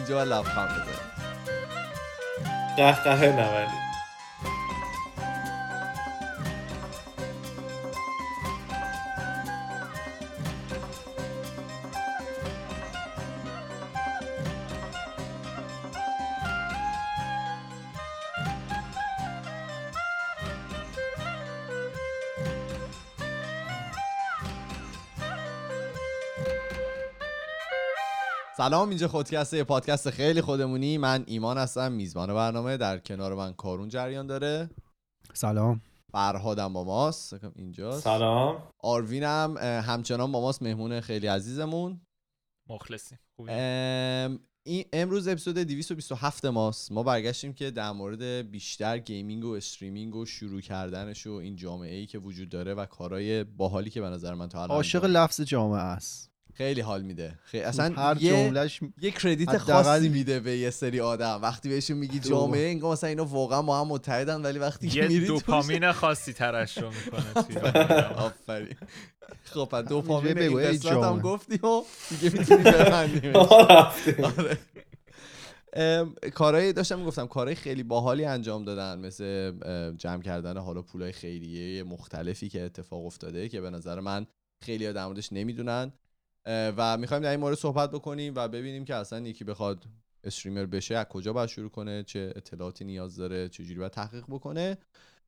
اینجا لبخند بزنیم. قهقه نوری. سلام، اینجا خودکسته، پادکست خیلی خودمونی. من ایمان هستم، میزبان برنامه. در کنار من کارون جریان داره. سلام. فرهادم با ماست اینجاست. سلام. آروینم همچنان با ماست، مهمون خیلی عزیزمون. مخلصیم. امروز اپیزود 227 ماست. ما برگشتیم که در مورد بیشتر گیمینگ و استریمینگ و شروع کردنش و این جامعه‌ای که وجود داره و کارهای باحالی که به نظر من تا الان عاشق لفظ جامعه است. خیلی حال میده. اصلا هر جملهش یه کردیت خاصی میده به یه سری آدم. وقتی بهشون میگی جامعه، انگار مثلا اینا واقعا با هم متحدن، ولی وقتی که میری دوپامین خاصی ترشح میکنه توی آفرین. خب دوپامین این قسمت هم گفتیم و دیگه میتونی ببندیم. کارهایی داشتم میگفتم، کارهای خیلی باحالی انجام دادن، مثل جمع کردن حالا پولای خیریه مختلفی که اتفاق افتاده که به نظر من خیلی در موردش نمیدونن و میخوایم در این مورد صحبت بکنیم و ببینیم که اصلا یکی بخواد استریمر بشه از کجا باید شروع کنه، چه اطلاعاتی نیاز داره، چه جوری باید تحقیق بکنه.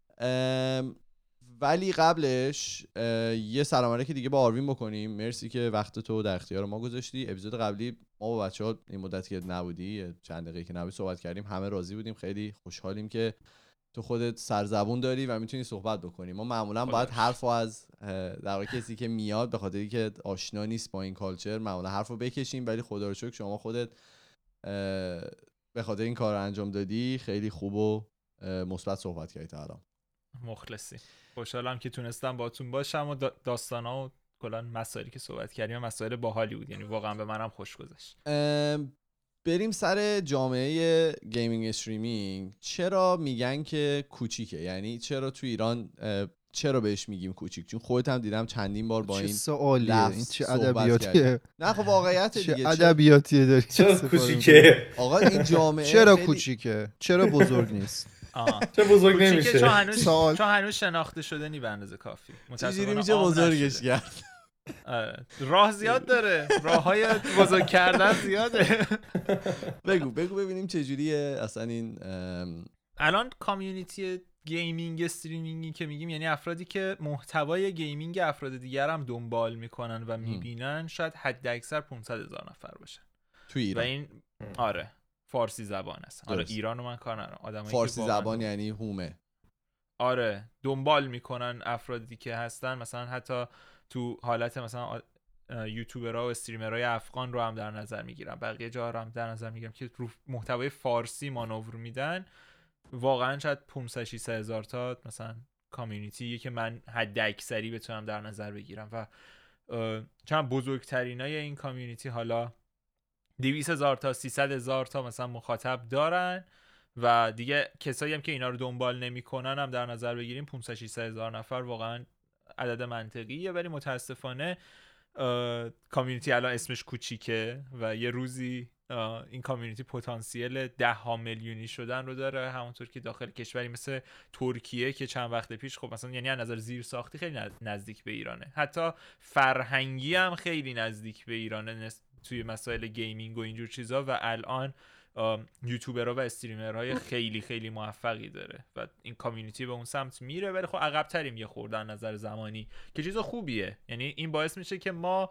ولی قبلش یه سلام علیک دیگه با آروین بکنیم. مرسی که وقت تو در اختیار ما گذاشتی. اپیزود قبلی ما با بچه‌ها این مدتی که نبودی، چند دقیقه که نبودی، صحبت کردیم، همه راضی بودیم. خیلی خوشحالیم که تو خودت سرزبون داری و میتونی صحبت بکنی. ما معمولا باید حرفو از در واقع کسی که میاد به خاطری که آشنا نیست با این کالچر معمولا حرفو بکشیم، ولی خدا رو شکر شما خودت به خاطر این کار انجام دادی. خیلی خوب و مثبت صحبت کردی تا الان. مخلصی. خوشحالم که تونستم باهاتون باشم و داستانا و کلا مسائلی که صحبت کردیم مسائل باحالی بود، یعنی واقعا به منم خوش گذشت. بریم سر جامعه گیمینگ استریمینگ. چرا میگن که کوچیکه؟ یعنی چرا تو ایران چرا بهش میگیم کوچیک؟ چون خودت هم دیدم چندین بار با این سوالیه، این چه ادبیاتیه؟ نه خب واقعیت دیگه، چه ادبیاتیه داری؟ چرا کوچیکه؟ آقا این جامعه چرا کوچیکه؟ چرا بزرگ نیست؟ چه بزرگ نمیشه؟ چون هنوز شناخته شده نی به اندازه کافی. چجوری میشه بزرگش کرد؟ راه زیاد داره، راههای بزرگ کردن زیاده. بگو ببینیم چجوریه اصلا این الان کامیونیتی گیمینگ استریمینگی که میگیم، یعنی افرادی که محتوای گیمینگ افراد دیگر هم دنبال میکنن و میبینن، شاید حد اکثر 500,000 نفر باشن تو ایران. و این آره فارسی زبان هستن. آره ایرانو من کار ندارم، آدمایی فارسی زبان یعنی هومه. آره دنبال میکنن افرادی که هستن، مثلا حتی تو حالت مثلا یوتیوبرها و استریمرهای افغان رو هم در نظر میگیرم، بقیه جاها رو هم در نظر میگیرم که رو محتوای فارسی مانور میدن. واقعا شاید 500-600 هزار تا مثلا کامیونیتی که من حد اکثری بتونم در نظر بگیرم و چند بزرگترینای این کامیونیتی حالا 200,000 تا 300,000 تا مثلا مخاطب دارن و دیگه کسایی هم که اینا رو دنبال نمیکنن هم در نظر بگیریم 500-600 هزار نفر واقعا عدد منطقیه. ولی متاسفانه کامیونیتی الان اسمش کوچیکه و یه روزی این کامیونیتی پتانسیل 10 میلیونی شدن رو داره، همونطور که داخل کشوری مثل ترکیه که چند وقت پیش خب مثلا یعنی از نظر زیر ساختی خیلی نزدیک به ایرانه، حتی فرهنگی هم خیلی نزدیک به ایرانه توی مسائل گیمینگ و اینجور چیزا، و الان یوتیوبرها و استریمرهای خیلی خیلی موفقی داره و این کامیونیتی به اون سمت میره. ولی خب عقب تریم یه خورده نظر زمانی که چیز خوبیه. یعنی این باعث میشه که ما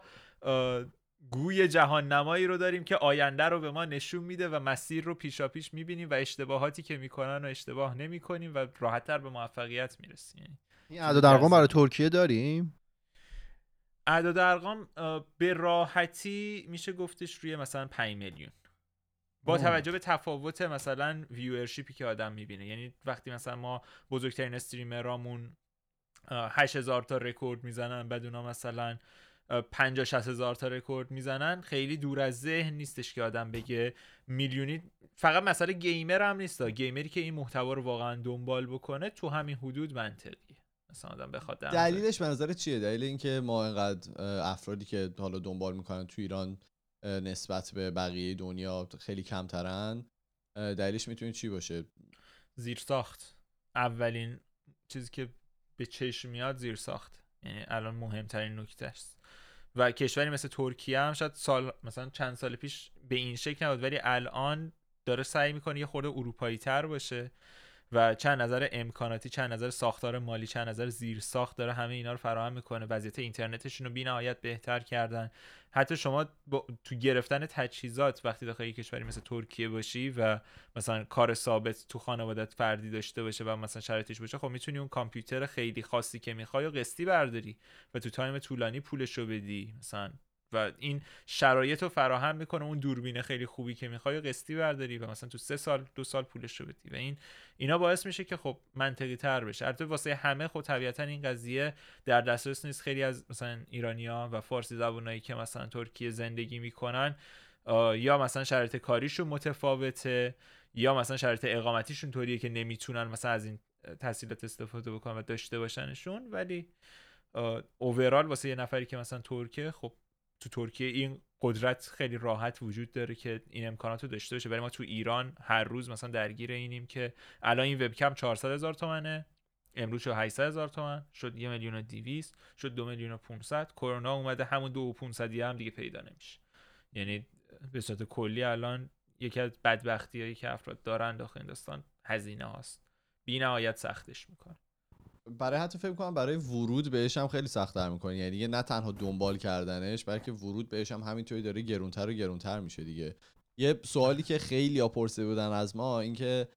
گوی جهان نمایی رو داریم که آینده رو به ما نشون میده و مسیر رو پیشاپیش میبینیم و اشتباهاتی که میکنن و اشتباه نمیکنیم و راحت‌تر به موفقیت میرسیم. این اعداد ارقام برای ترکیه داریم؟ اعداد ارقام به راحتی میشه گفتش روی مثلا 5 میلیون با توجه به تفاوت مثلا ویورشیپی که آدم میبینه. یعنی وقتی مثلا ما بزرگترین استریمرامون 8,000 تا رکورد میزنن، بعد اونا مثلا 50-60 هزار تا رکورد میزنن، خیلی دور از ذهن نیستش که آدم بگه میلیونی. فقط مسئله گیمر هم نیست، گیمری که این محتوا رو واقعا دنبال بکنه تو همین حدود منطقیه. مثلا آدم بخواد دلیلش به نظر چیه؟ دلیل اینکه ما اینقدر افرادی که حالا دنبال میکنن تو ایران نسبت به بقیه دنیا خیلی کمترن، دلیلش میتونه چی باشه؟ زیرساخت. اولین چیزی که به چشم میاد زیرساخت، یعنی الان مهمترین نکته است. و کشوری مثل ترکیه هم شاید مثلا چند سال پیش به این شکل نبود، ولی الان داره سعی میکنه یه خورده اروپایی تر باشه و چند نظر امکاناتی، چند نظر ساختار مالی، چند نظر زیرساخت داره همه اینا رو فراهم میکنه. وضعیت اینترنتشون رو بی‌نهایت بهتر کردن. حتی شما تو گرفتن تجهیزات وقتی داخل یک کشوری مثل ترکیه باشی و مثلا کار ثابت تو خانوادت فردی داشته باشه و مثلا شرایطش باشه، خب میتونی اون کامپیوتر خیلی خاصی که میخوای و قسطی برداری و تو تایم طولانی پولش رو بدی مثلا، و این شرایط رو فراهم میکنه اون دوربین خیلی خوبی که میخوای قسطی برداری و مثلا تو 3 سال 2 سال پولش رو بدی و اینا باعث میشه که خب منطقی تر بشه. البته واسه همه خب طبیعتا این قضیه در دسترس نیست. خیلی از مثلا ایرانی‌ها و فارسی زبونایی که مثلا ترکیه زندگی میکنن یا مثلا شرایط کاریشون متفاوته یا مثلا شرایط اقامتیشون طوریه که نمیتونن مثلا از این تسهیلات استفاده بکنن و داشته باشنشون، ولی اوورال واسه یه نفری که مثلا ترکیه، خب تو ترکیه این قدرت خیلی راحت وجود داره که این امکانات رو داشته باشه. برای ما تو ایران هر روز مثلا درگیر اینیم که الان این وبکم 400,000 تومنه، امروز شد 800,000 تومن، شد 1,200,000، شد 2,500,000. کرونا اومده همون 2,500 هم دیگه پیدا نمیشه. یعنی به صورت کلی الان یکی از بدبختیایی که افراد دارن داخل این داستان هزینه هاست، بی‌نهایت سختش میکنه. برای حتی فکر کنم برای ورود بهش هم خیلی سخت‌تر می‌کنه. یعنی دیگه نه تنها دنبال کردنش، بلکه ورود بهش هم همینطوری داره گرونتر و گرونتر میشه دیگه. یه سوالی که خیلی ها پرسیده بودن از ما این که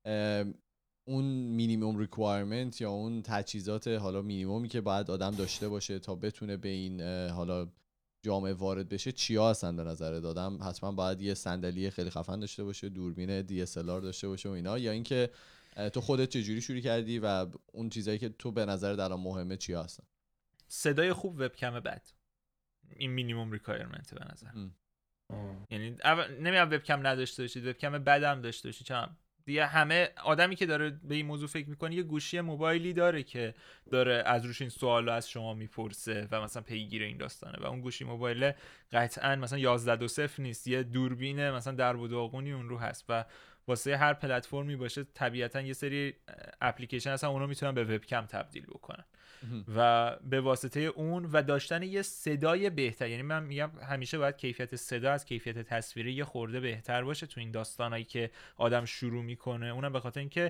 اون مینیمم ریکوایرمنت یا اون تجهیزات حالا مینیممی که باید آدم داشته باشه تا بتونه به این حالا جامعه وارد بشه چیا هستن به نظر دادم؟ حتما باید یه صندلی خیلی خفن داشته باشه، دوربین DSLR داشته باشه و اینا، یا اینکه تو خودت چجوری شروع کردی و اون چیزایی که تو به نظر الان مهمه چی هستن؟ صدای خوب، وبکم بد، این مینیمم ریکوایرمنت به نظر. یعنی نمیام وبکم نداشته باشید، وبکم بد هم داشته باشید. چم دیگه همه آدمی که داره به این موضوع فکر میکنه یه گوشی موبایلی داره که داره از روش این سوالو از شما میپرسه و مثلا پیگیر این داستانه، و اون گوشی موبایل قطعا مثلا 11.0 نیست، یه دوربین مثلا در و داغونی اون رو هست و واسه هر پلتفرمی باشه طبیعتا یه سری اپلیکیشن هستن اونو میتونن به وبکم تبدیل بکنن و به واسطه اون و داشتن یه صدای بهتر. یعنی من میگم همیشه باید کیفیت صدا از کیفیت تصویری یه خورده بهتر باشه تو این داستانایی که آدم شروع میکنه. اونم به خاطر اینکه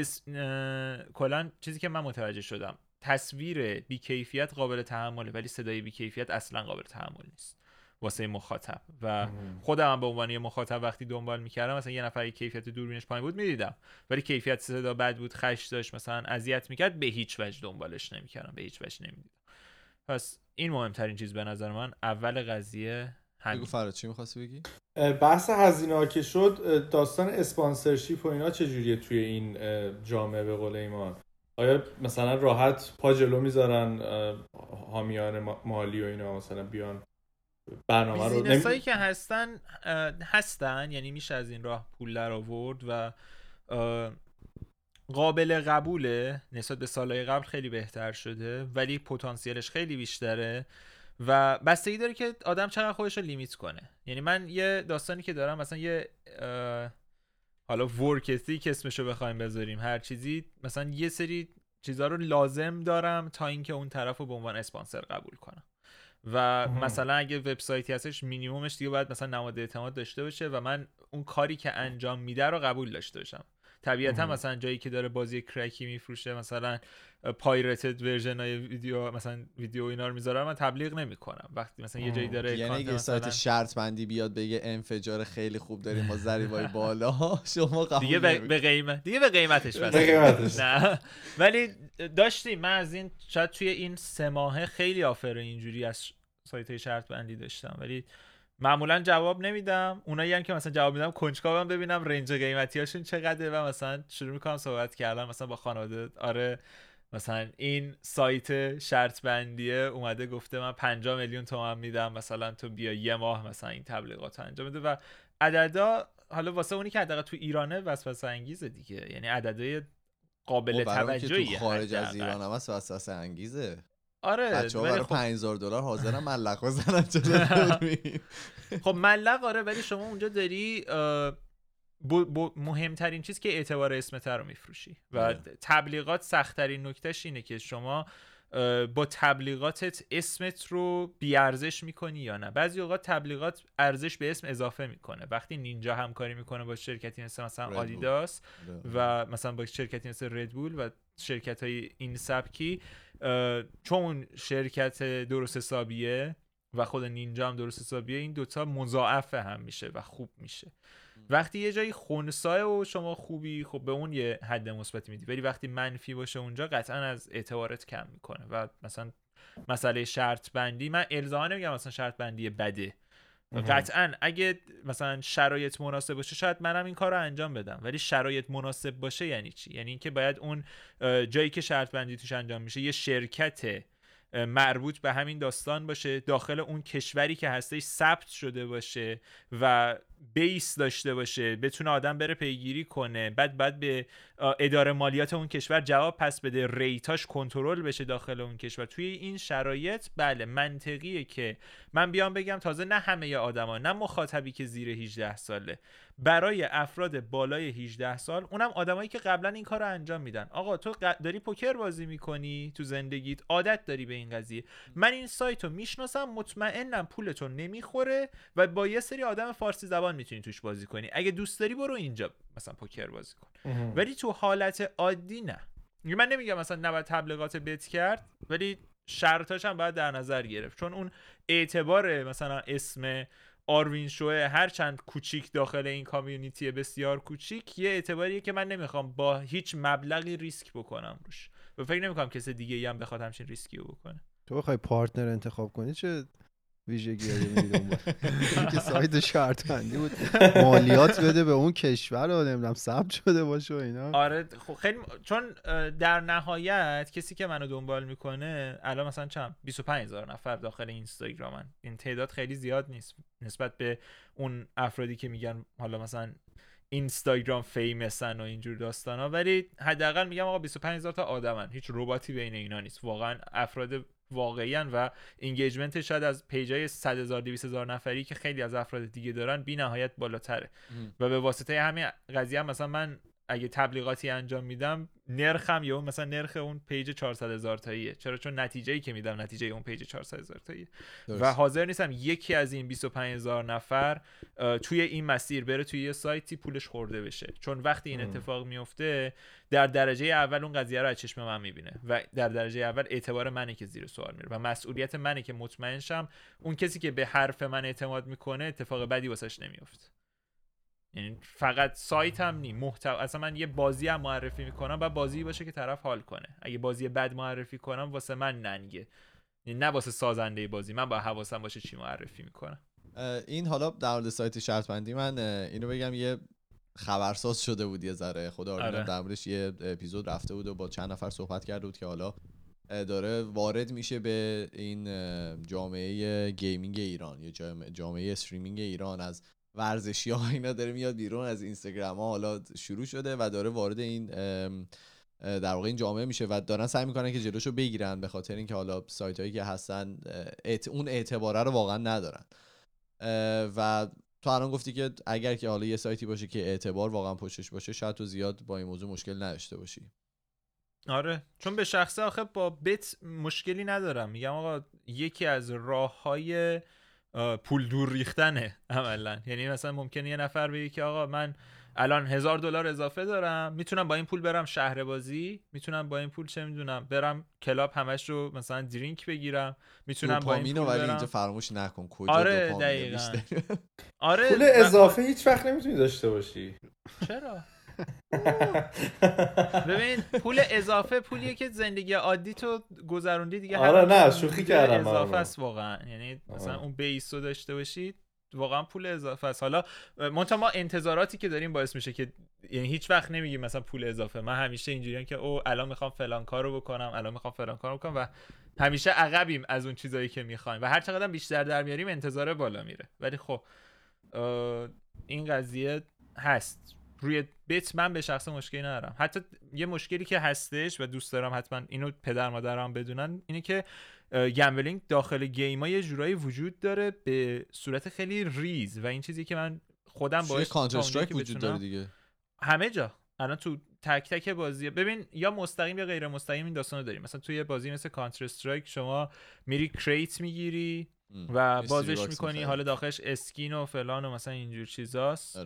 کلا چیزی که من متوجه شدم، تصویر بی کیفیت قابل تحمله ولی صدای بی کیفیت اصلا قابل تحمل نیست واسه مخاطب. و خودم هم به عنوان یه مخاطب وقتی دنبال میکردم مثلا یه نفری کیفیت دوربینش پایین بود میدیدم ولی کیفیت صدا بد بود، خش داشت، مثلا اذیت میکرد، به هیچ وجه دنبالش نمیکردم، به هیچ وجه نمیدیدم. پس این مهمترین چیز به نظر من اول قضیه همین. بگو فراد چی می‌خواستی بگی؟ بحث هزینه ها که شد، داستان اسپانسرشیپ و اینا چجوریه توی این جامعه به قول ایمان؟ آیا مثلا راحت پا جلو میذارن حامیان مالی و اینا مثلا بیان برنامه رو بیزینسایی که هستن یعنی میشه از این راه پول در آورد و قابل قبوله، نسبت به سالهای قبل خیلی بهتر شده ولی پتانسیلش خیلی بیشتره و بستگی داره که آدم چقدر خودش رو لیمیت کنه. یعنی من یه داستانی که دارم، مثلا یه حالا ورک اتیک اسمشو بخوایم بذاریم، هر چیزی مثلا یه سری چیزا رو لازم دارم تا اینکه اون طرفو به عنوان اسپانسر قبول کنم و مثلا اگه وبسایتی هستش مینیممش دیگه باید مثلا نماد اعتماد داشته باشه و من اون کاری که انجام میده رو قبول داشته باشم. طبیعتا مثلا جایی که داره بازی کرکی میفروشه، مثلا پایرتد ورژن های ویدیو، مثلا ویدیو اینا رو میذاره، من تبلیغ نمیکنم. وقتی مثلا یه جایی داره یعنی اگه سایت شرط بندی بیاد بگه انفجار خیلی خوب داریم ما ضریبای بالا، شما قبول دیگه به قیمتش بس. نه ولی داشتیم، من از این شاید توی این 3 ماه خیلی آفر اینجوری از سایت های شرط بندی داشتم ولی معمولا جواب نمیدم. اونایی هم که مثلا جواب میدم کنجکاوم ببینم رنج قیمتیاشون چقدره و مثلا شروع میکنم صحبت کردن مثلا با خانواده. آره مثلا این سایت شرط بندیه اومده گفته من 50 میلیون تومان میدم مثلا تو بیا یه ماه مثلا این تبلیغات انجام بده و عددا حالا واسه اونی که حداقل تو ایرانه وسوسه انگیزه دیگه. یعنی عددهای قابل توجهی تو خارج از ایران هم وسوسه انگیزه. آره بچه‌ها برای $5000 حاضرن ملق بزنن جلوی دوربین. خب ملق آره، ولی شما اونجا داری مهمترین چیز که اعتبار اسمت رو میفروشی و تبلیغات سخت‌ترین نکتهش اینه که شما با تبلیغاتت اسمت رو بیارزش میکنی یا نه. بعضی اوقات تبلیغات ارزش به اسم اضافه میکنه. وقتی نینجا همکاری میکنه با شرکتی مثلا آدیداس و مثلا با شرکتی مثل ردبول و شرکت های این سبکی، چون شرکت درست حسابیه و خود نینجا هم درست حسابیه، این دوتا مضاعف هم میشه و خوب میشه. وقتی یه جایی خنثی و شما خوبی، خب به اون یه حد مثبتی میدی، ولی وقتی منفی باشه اونجا قطعا از اعتبارت کم میکنه. و مثلا مسئله شرط بندی، من الزاما نمیگم مثلا شرط بندی بده، قطعا اگه مثلا شرایط مناسب باشه شاید منم این کار رو انجام بدم، ولی شرایط مناسب باشه یعنی چی؟ یعنی اینکه باید اون جایی که شرط بندی توش انجام میشه یه شرکت مربوط به همین داستان باشه، داخل اون کشوری که هستش ثبت شده باشه و بیس داشته باشه، بتونه آدم بره پیگیری کنه، بعد به اداره مالیات اون کشور جواب پس بده، ریتاش کنترل بشه داخل اون کشور. توی این شرایط بله منطقیه که من بیام بگم تازه نه همه آدما، نه مخاطبی که زیر 18 ساله، برای افراد بالای 18 سال، اونم آدمایی که قبلا این کارو انجام میدن. آقا تو داری پوکر بازی میکنی تو زندگیت، عادت داری به این قضیه، من این سایتو میشناسم، مطمئنم پولتو نمیخوره و با یه سری آدم فارسی زبان میتونی توش بازی کنی، اگه دوست داری برو اینجا مثلا پوکر بازی کن. ولی تو حالت عادی نه. من نمیگم مثلا نباید تبلیغات بت کرد، ولی شرطاش هم باید در نظر گرفت، چون اون اعتبار مثلا اسم آروین شوه هر چند کوچیک داخل این کامیونیتی بسیار کوچیک، یه اعتباریه که من نمیخوام با هیچ مبلغی ریسک بکنم روش و فکر نمیکنم کسی دیگه ای هم بخواد همچین ریسکی رو بکنه. تو بخوای پارتنر انتخاب کنی چه ویژگی‌هایی می‌دی دنبال؟ که سایت شرط بندی بود، مالیات بده به اون کشور رو، نمیدونم ثبت شده باشه و اینا. آره خب خیلی، چون در نهایت کسی که منو دنبال میکنه الان مثلا چند 25000 نفر داخل اینستاگرامن، این تعداد خیلی زیاد نیست نسبت به اون افرادی که میگن حالا مثلا اینستاگرام فیمسن و اینجور داستانا، ولی حداقل میگم آقا 25000 تا آدمن، هیچ رباتی بین اینا نیست، واقعا افراد واقعیان و اینگیجمنت شاید از پیجای 100,000 200,000 نفری که خیلی از افراد دیگه دارن بی نهایت بالاتره. و به واسطه همین قضیه هم مثلا من اگه تبلیغاتی انجام میدم نرخم یا مثلا نرخ اون پیج 400,000 تاییه، چرا؟ چون نتیجه‌ای که میدم نتیجه اون پیج 400,000 تاییه و حاضر نیستم یکی از این 25000 نفر توی این مسیر بره توی یه سایتی پولش خورده بشه، چون وقتی این اتفاق میفته در درجه اول اون قضیه رو از چشم من میبینه و در درجه اول اعتبار منه که زیر سوال میره و مسئولیت منه که مطمئن شم اون کسی که به حرف من اعتماد میکنه اتفاق بدی واسش نمیفته. یعنی فقط سایت هم نی، محتوا، اصلا من یه بازی هم معرفی میکنم و بازی باشه که طرف حال کنه. اگه بازی بد معرفی کنم واسه من ننگه، یعنی نه واسه سازنده بازی، من با حواسم باشه چی معرفی میکنم. این حالا در مورد سایت شرط بندی من اینو بگم، یه خبرساز شده بود یه ذره، خدا آره در موردش یه اپیزود رفته بود و با چند نفر صحبت کرده بود که حالا داره وارد میشه به این جامعه گیمینگ ایران یا جامعه استریمینگ ایران، از ورزشی ها اینا داره میاد بیرون، از اینستاگرام ها حالا شروع شده و داره وارد این در واقع این جامعه میشه و دارن سعی میکنن که جلوشو بگیرن، به خاطر اینکه حالا سایت هایی که هستن اون اعتباره رو واقعا ندارن. و تو الان گفتی که اگر که حالا یه سایتی باشه که اعتبار واقعا پشتش باشه شاید تو زیاد با این موضوع مشکل نداشته باشی. آره چون به شخصه آخه با بت مشکلی ندارم، میگم آقا یکی از راههای پول دور ریختنه عملا. یعنی مثلا ممکنه یه نفر بگه که آقا من الان $1000 اضافه دارم، میتونم با این پول برم شهر بازی، میتونم با این پول چه میدونم برم کلاب همش رو مثلا درینک بگیرم، میتونم با این پول برم. ولی اینجا فراموش نکن کجا آره دقیقاً. آره پول اضافه هیچ وقت نمیتونی داشته باشی. چرا؟ ببین پول اضافه پولیه که زندگی عادی تو گذروندی دیگه. آره نه شوخی کردم، اضافه است واقعا. یعنی مثلا اون بیس رو داشته باشید واقعا پول اضافه است. حالا منتها ما انتظاراتی که داریم باعث میشه که یعنی هیچ وقت نمیگیم مثلا پول اضافه. من همیشه اینجوریام که او الان میخوام فلان کارو بکنم، الان میخوام فلان کارو بکنم و همیشه عقبیم از اون چیزایی که میخوایم و هر چقدر بیشتر در میاریم انتظار بالا میره. ولی خب این قضیه هست روی بت من به شخص مشکلی ندارم. حتی یه مشکلی که هستش و دوست دارم حتما اینو پدر مادرم بدونن اینه که گمبلینگ داخل گیم‌ها یه جورایی وجود داره به صورت خیلی ریز و این چیزی که من خودم باهاش کانتر استرایک وجود داره دیگه همه جا. الان تو تک تک بازی ببین یا مستقیم یا غیر مستقیم این داستانو داریم. مثلا توی بازی مثل کانتر استرایک شما میری کریت میگیری و بازش میکنی، حالا داخلش اسکین و فلان و مثلا اینجور چیزاست.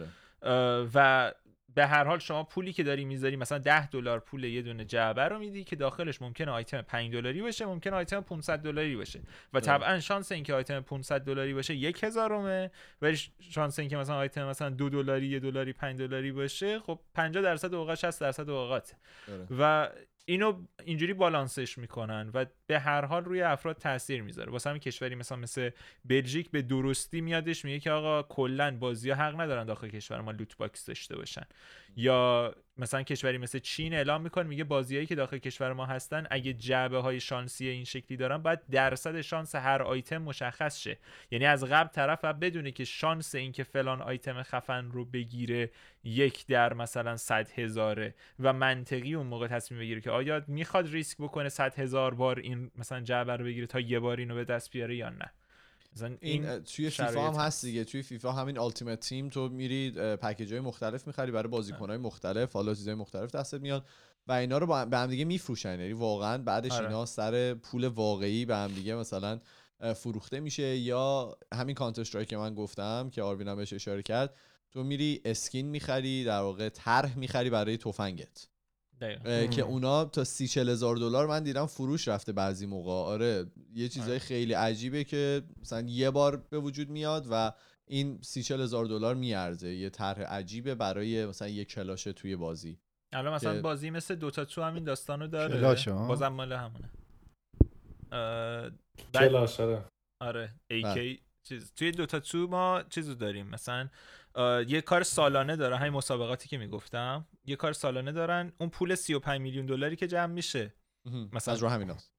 و به هر حال شما پولی که داری میذاری مثلا $10 پول یه دونه جعبه رو میدی که داخلش ممکنه آیتم $5 باشه، ممکنه آیتم $500 باشه و طبعا شانس اینکه آیتم $500 باشه 1000ه، ولی شانس اینکه مثلا آیتم مثلا $2 $1 $5 باشه خب 50% اوقات 60% اوقات. و اینو اینجوری بالانسش میکنن و به هر حال روی افراد تاثیر میذاره. واسه همین کشوری مثل بلژیک به درستی میادش میگه که آقا کلا بازی‌ها حق ندارن داخل کشور ما لوت باکس داشته باشن. یا مثلا کشوری مثل چین اعلام میکنه میگه بازیایی که داخل کشور ما هستن اگه جعبه‌های شانسی این شکلی دارن باید درصد شانس هر آیتم مشخص شه. یعنی از قبل طرف باید بدونه که شانس این که فلان آیتم خفن رو بگیره 1 در مثلا 100,000 و منطقی اون موقع تصمیم بگیره که آیا میخواد ریسک بکنه 100,000 بار این مثلا جعبه رو بگیره تا یه بار اینو به دست بیاره یا نه. مثلا این توی فیفا هم هست دیگه. توی فیفا همین التیمت تیم تو میری پکیج‌های مختلف می‌خری برای بازیکن‌های مختلف، حالا چیزای مختلف دستت میاد و اینا رو به هم دیگه میفروشن. یعنی واقعا بعدش اینا سر پول واقعی به هم دیگه مثلا فروخته میشه. یا همین کانتر استرایک که من گفتم که آروین هم بهش اشاره کرد، تو میری اسکین می‌خری، در واقع طرح می‌خری برای تفنگت که اونا تا $30,000-40,000 من دیدم فروش رفته بعضی موقع. آره یه چیزای خیلی عجیبه که مثلا یه بار به وجود میاد و این $30,000-40,000 میارزه. یه طرح عجیبه برای مثلا یه کلاش توی بازی. الان مثلا بازی مثل دوتا تو همین داستانو داره، بازم مال همونه کلاش. آره AK چیز توی دوتا تو ما چیزو داریم. مثلا یه کار سالانه داره، همین مسابقاتی که میگفتم یه کار سالانه دارن. اون پول $35 میلیون که جمع میشه مثلا از رو همیناست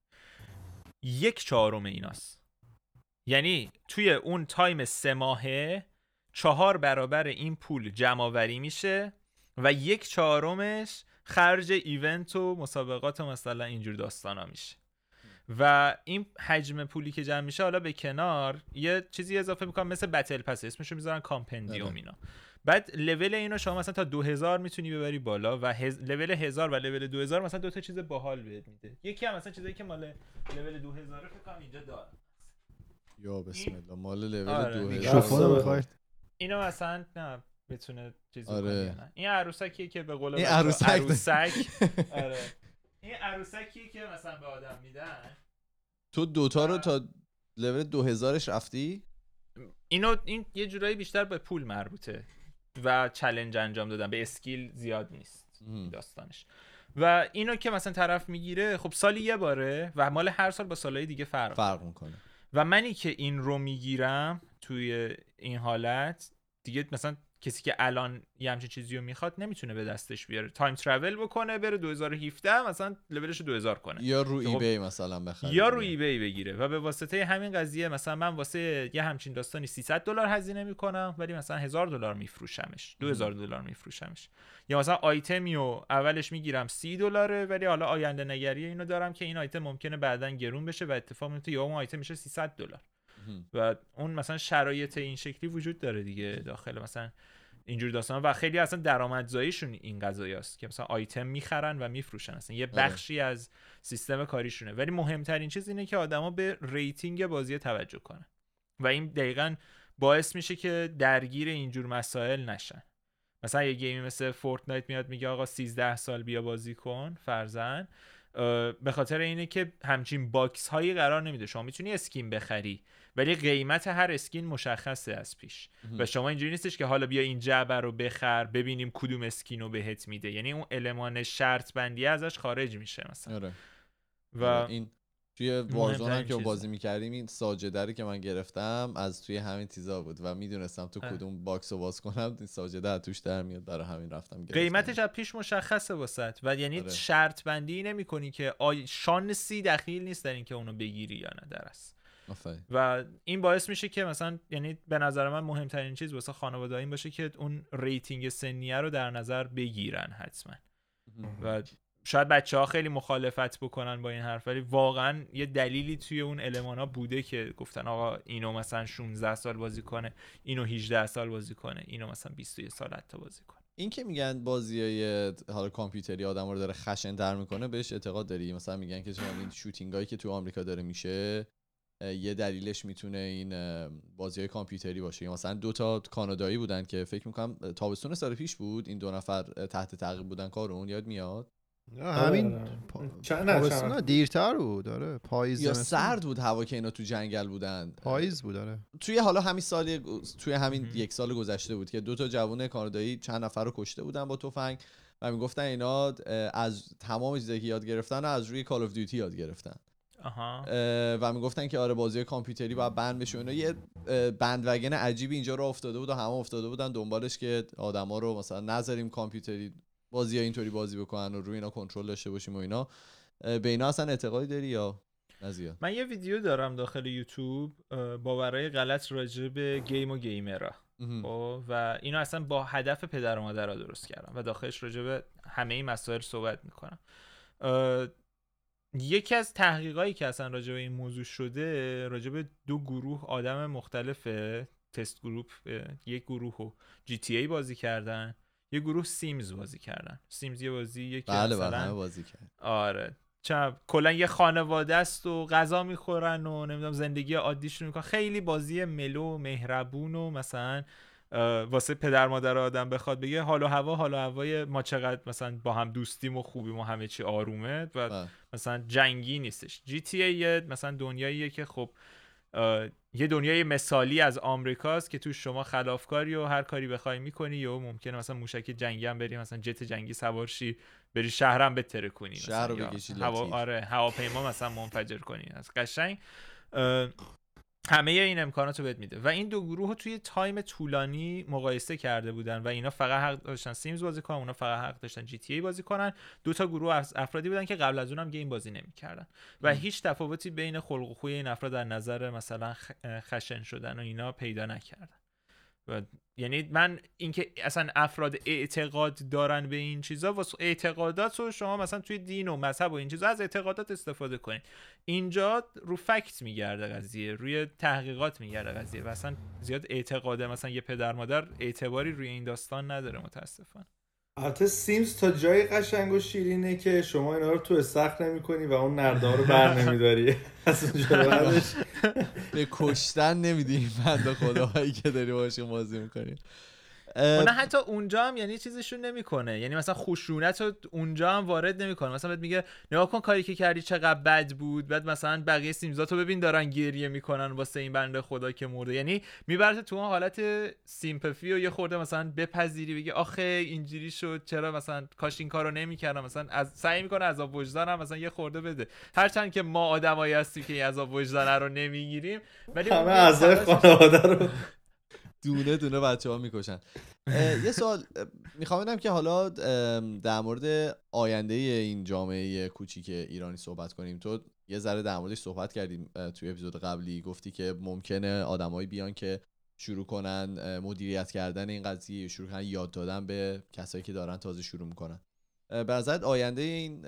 1/4 ایناست. یعنی توی اون تایم 3 ماهه 4 برابر این پول جمع آوری میشه و 1/4 خرج ایونت و مسابقات و مثلا اینجور داستانا میشه. و این حجم پولی که جمع میشه حالا به کنار یه چیزی اضافه میکنم مثل بتل پس، اسمشو میذارن کامپندیوم اینا. بعد لول اینو شما مثلا تا 2000 میتونی ببری بالا و لول 1000 و لول 2000 مثلا 2 تا چیز باحال بهت میده. یکی هم مثلا چیزایی که مال لول 2000 فکر کنم اینجا داره. یا بسم الله مال لول 2000 میکروفون میخواید اینو مثلا نه بتونه چیزی آره. کنه. این عروسکیه که به قول این عروسک آره این عروسکیه که مثلا به آدم میدن. تو دوتا رو تا لول 2000ش رفتی؟ این یه جورایی بیشتر به پول مربوطه و چالش انجام دادن، به اسکیل زیاد نیست داستانش. و اینو که مثلا طرف میگیره خب سالی یه باره و مال هر سال با سالهای دیگه فرق میکنه. و منی که این رو میگیرم توی این حالت دیگه مثلا کسی که الان یه همچین چیزی رو میخواد نمیتونه به دستش بیاره، تایم ترافل بکنه بره 2017 مثلا لولش رو 2000 کنه یا رو ایبی مثلا بخره یا رو ایبی بگیره و به واسطه همین قضیه مثلا من واسه یه همچین داستانی $300 هزینه میکنم ولی مثلا $1000 میفروشمش، $2000 میفروشمش. یا مثلا آیتمی رو اولش میگیرم $30 ولی حالا آینده نگری اینو دارم که این آیتم ممکنه بعداً گرون بشه و اتفاق میفته یا اون آیتم میشه $300 و اون مثلا شرایط این شکلی وجود داره دیگه داخل مثلا اینجور داستانا. و خیلی اصلا درآمدزاییشون این قضایاست که مثلا آیتم میخرن و میفروشن، اصلا یه بخشی از سیستم کاریشونه. ولی مهمترین چیز اینه که آدما به ریتینگ بازی توجه کنن و این دقیقاً باعث میشه که درگیر اینجور مسائل نشن. مثلا یه گیمی مثل فورتنایت میاد میگه آقا 13 سال بیا بازی کن فرضاً، به خاطر اینه که همچین باکس هایی قرار نمیده. شما میتونی اسکین بخری ولی قیمت هر اسکین مشخصه از پیش و شما اینجوری نیستش که حالا بیا این جعبه رو بخر ببینیم کدوم اسکین رو بهت میده. یعنی اون المان شرط بندی ازش خارج میشه مثلا. و این توی وارزون هم که بازی میکردیم این ساجده که من گرفتم از توی همین چیزا بود و میدونستم تو کدوم باکس رو باز کنم این ساجده توش در میاد، برای همین رفتم گرفتم. قیمتش از پیش مشخصه واسط و یعنی شرط بندی نمی‌کنی که شانسی دخیل نیست در این که اونو بگیری یا نه درست. و این باعث میشه که مثلا یعنی به نظر من مهمترین چیز واسه خانواده این باشه که اون ریتینگ سنیه رو در نظر بگیرن حتما. و شاید بچه‌ها خیلی مخالفت بکنن با این حرف، ولی واقعا یه دلیلی توی اون المانا بوده که گفتن آقا اینو مثلا 16 سال بازی کنه، اینو 18 سال بازی کنه، اینو مثلا 21 سال حتی بازی کنه. این که میگن بازیای حالا کامپیوتری آدمو رو داره خشن در میکنه، بهش اعتقاد داری؟ مثلا میگن که چون این شوتینگایی که تو آمریکا داره میشه یه دلیلش میتونه این بازیای کامپیوتری باشه. مثلا 2 کانادایی بودن که فکر میکنم تابستون سال پیش بود، این 2 نفر تحت تعقیب بودن کارون، یاد میاد؟ همین چند دیرتر بود، داره پاییز یا سرد بود هوا که اینا تو جنگل بودن، پاییز بود داره. توی حالا توی همین 1 سال گذشته بود که 2 جوون کانادایی چند نفر رو کشته بودن با تفنگ و میگفتن اینا از تمام چیزایی که یاد گرفتن از روی کال اف دیوتی یاد گرفتن. و میگفتن که آره بازی کامپیوتری باید بند بشه. اینا یه بندوگن عجیبی اینجا رو افتاده بود و همه افتاده بودن دنبالش که آدما رو مثلا نذاریم کامپیوتری بازی‌ها اینطوری بازی بکنن و روی اینا کنترل داشته باشیم و اینا. به اینا اصلا اعتقادی داری یا نزیاد؟ من یه ویدیو دارم داخل یوتیوب باورای غلط راجع به گیم و گیمرها و اینو اصلا با هدف پدر و مادرها درست کردم و داخلش راجع به همه این مسائل صحبت میکنم. یکی از تحقیقایی که اصلا راجع به این موضوع شده راجع به 2 گروه آدم مختلف تست گروپ، یک گروه جی تی ای بازی کردن، یه گروه سیمز بازی کردن. سیمز یه بازیه که مثلا همه بازی کردن. آره کلا یه خانواده است و غذا میخورن و نمیدونم زندگی عادیشون میکنن، خیلی بازی ملو مهربون و مثلا واسه پدر مادر آدم بخواد بگه حال و هوای ما چقدر مثلا با هم دوستیم و خوبیم و همه چی آرومه و مثلا جنگی نیستش. جی تی ای مثلا دنیاییه که خب یه دنیای مثالی از آمریکاست که تو شما خلافکاری و هر کاری بخوای میکنی یا ممکنه مثلا موشک جنگی هم بری مثلا جت جنگی سوار شی بری شهرم بتره کنی، شهر رو بکشی هواپیما مثلا منفجر کنی. از قشنگ همه این امکانات رو بهت میده و این 2 گروه رو توی تایم طولانی مقایسه کرده بودن و اینا فقط حق داشتن سیمز بازی کنن، اونا فقط حق داشتن جی تی ای بازی کنن. 2 تا گروه از افرادی بودن که قبل از اونم گیم بازی نمی‌کردن و هیچ تفاوتی بین خلق و خوی این افراد در نظر مثلا خشن شدن و اینا پیدا نکردن. و یعنی من اینکه اصلا افراد اعتقاد دارن به این چیزا، واسه اعتقادات رو شما مثلا توی دین و مذهب و این چیزا از اعتقادات استفاده کنید. اینجا رو فکت میگرده قضیه، روی تحقیقات میگرده قضیه و اصلا زیاد اعتقاده مثلا یه پدر مادر اعتباری روی این داستان نداره متاسفانه. البته سیمز تا جای قشنگ و شیرینه که شما اینا رو تو استخر نمی‌کنی و اون نرده رو بر نمی‌داری. از اونجا بعدش به کشتن نمیدیم بنده خداهایی که داری باشون بازی می‌کنی. نه حتی اونجا هم یعنی چیزشون نمیکنه، یعنی مثلا خشونت رو اونجا هم وارد نمیکنه. مثلا بهت میگه نگاه کن کاری که کردی چقدر بد بود، بعد مثلا بقیه سیمزاتو ببین دارن گریه میکنن واسه این بنده خدا که مرده. یعنی میبرت تو اون حالت سیمپاتی و یه خورده مثلا بپذیری، بگی آخه اینجوری شد چرا مثلا کاش این کارو نمیکردم، مثلا از سعی میکنه عذاب وجدانم مثلا یه خورده بده. هرچند که ما آدمایی هستیم که عذاب وجدان رو نمیگیریم، ولی همه اعضای خانواده رو دونه دونه بچه‌ها میکشن. یه سوال میخوام بدم که حالا در مورد آینده این جامعه کوچیک ایرانی صحبت کنیم. تو یه ذره در موردش صحبت کردیم توی اپیزود قبلی، گفتی که ممکنه آدمایی بیان که شروع کنن مدیریت کردن این قضیه، شروع کنن یاد دادن به کسایی که دارن تازه شروع میکنن. به نظرت آینده این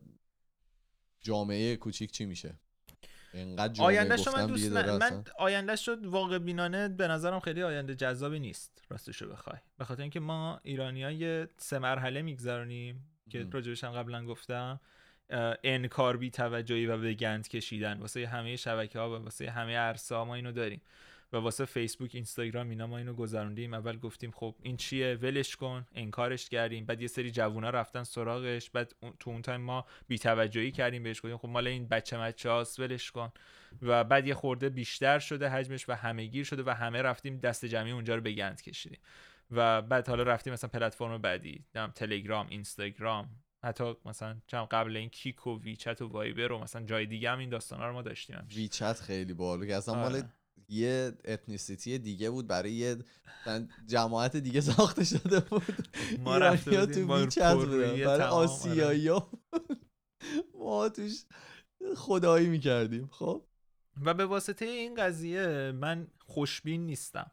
جامعه کوچیک چی میشه؟ آینده‌شو من دوست من آینده‌شو واقع بینانه به نظرم خیلی آینده جذابی نیست راستشو بخوای، به خاطر اینکه ما ایرانی‌ها یه 3 مرحله میگذرونیم که راجبش هم قبلا گفتم. انکار، بی توجهی و به گند کشیدن واسه همه شبکه‌ها و واسه همه عرصه‌ها ما اینو داریم و واسه فیسبوک، اینستاگرام اینا ما اینو گذروندیم. اول گفتیم خب این چیه، ولش کن، انکارش کردیم، بعد یه سری جوونا رفتن سراغش، بعد تو اون تایم ما بی‌توجهی کردیم بهش، گفتیم خب مال این بچه‌هاست ولش کن، و بعد یه خورده بیشتر شده حجمش و همه‌گیر شده و همه رفتیم دست جمعی اونجا رو به گند کشیدیم و بعد حالا رفتیم مثلا پلتفرم بعدی، تلگرام، اینستاگرام، حتی مثلا قبل این کیک و ویچت و وایبر و مثلا جای دیگه هم این داستانا رو ما داشتیم. ویچت خیلی باحال که اصلا مال یه اتنیسیتی دیگه بود، برای یه جماعت دیگه ساخته شده بود. ما رفتیم تو ویچت بودن برای آسیایی ها، ما توش خدایی میکردیم. خب و به واسطه این قضیه من خوشبین نیستم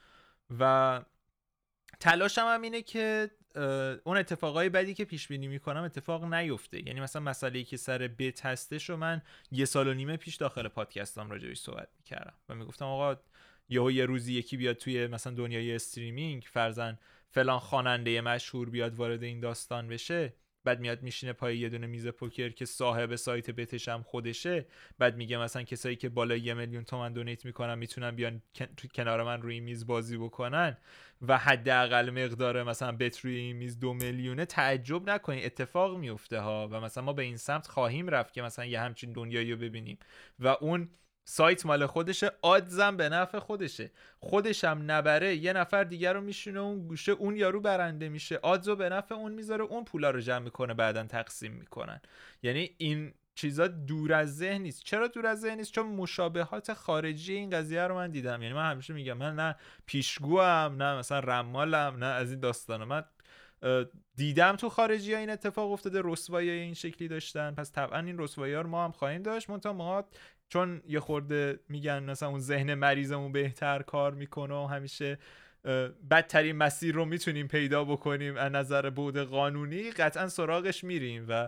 و تلاشم هم اینه که اون اتفاقای بدی که پیش بینی میکنم اتفاق نیفته. یعنی مثلا مسئله‌ای که سر بیت هستش رو من 1.5 سال پیش داخل پادکستام راجعش صحبت میکردم و میگفتم آقا یه روزی یکی بیاد توی مثلا دنیای استریمینگ، فرضاً فلان خواننده مشهور بیاد وارد این داستان بشه، بعد میاد میشینه پای یه دونه میز پوکر که صاحب سایت بتش هم خودشه، بعد میگه مثلا کسایی که بالای 1 میلیون تومان دونیت میکنن میتونن بیان تو کنار من روی میز بازی بکنن و حداقل مقدار مثلا بت روی این میز 2 میلیونه. تعجب نکنید اتفاق میفته ها و مثلا ما به این سمت خواهیم رفت که مثلا یه همچین دنیایی رو ببینیم و اون سایت مال خودشه، آدزم به نفع خودشم نبره یه نفر دیگر رو میشونه اون گوشه، اون یارو برنده میشه، آدزو به نفع اون میذاره، اون پولا رو جمع میکنه بعدن تقسیم میکنن. یعنی این چیزا دور از ذهن نیست. چرا دور از ذهن نیست؟ چون مشابهات خارجی این قضیه رو من دیدم. یعنی من همیشه میگم من نه پیشگوام نه مثلا رمالم نه از این داستانا، من دیدم تو خارجی ها این اتفاق افتاده، رسوایی این شکلی داشتن، پس طبعا این رسوایی ها رو ما هم خواهیم داشت. منتها ما چون یه خورده میگن مثلا اون ذهن مریضمون بهتر کار میکنه و همیشه بدترین مسیر رو میتونیم پیدا بکنیم از نظر بعد قانونی، قطعا سراغش میریم و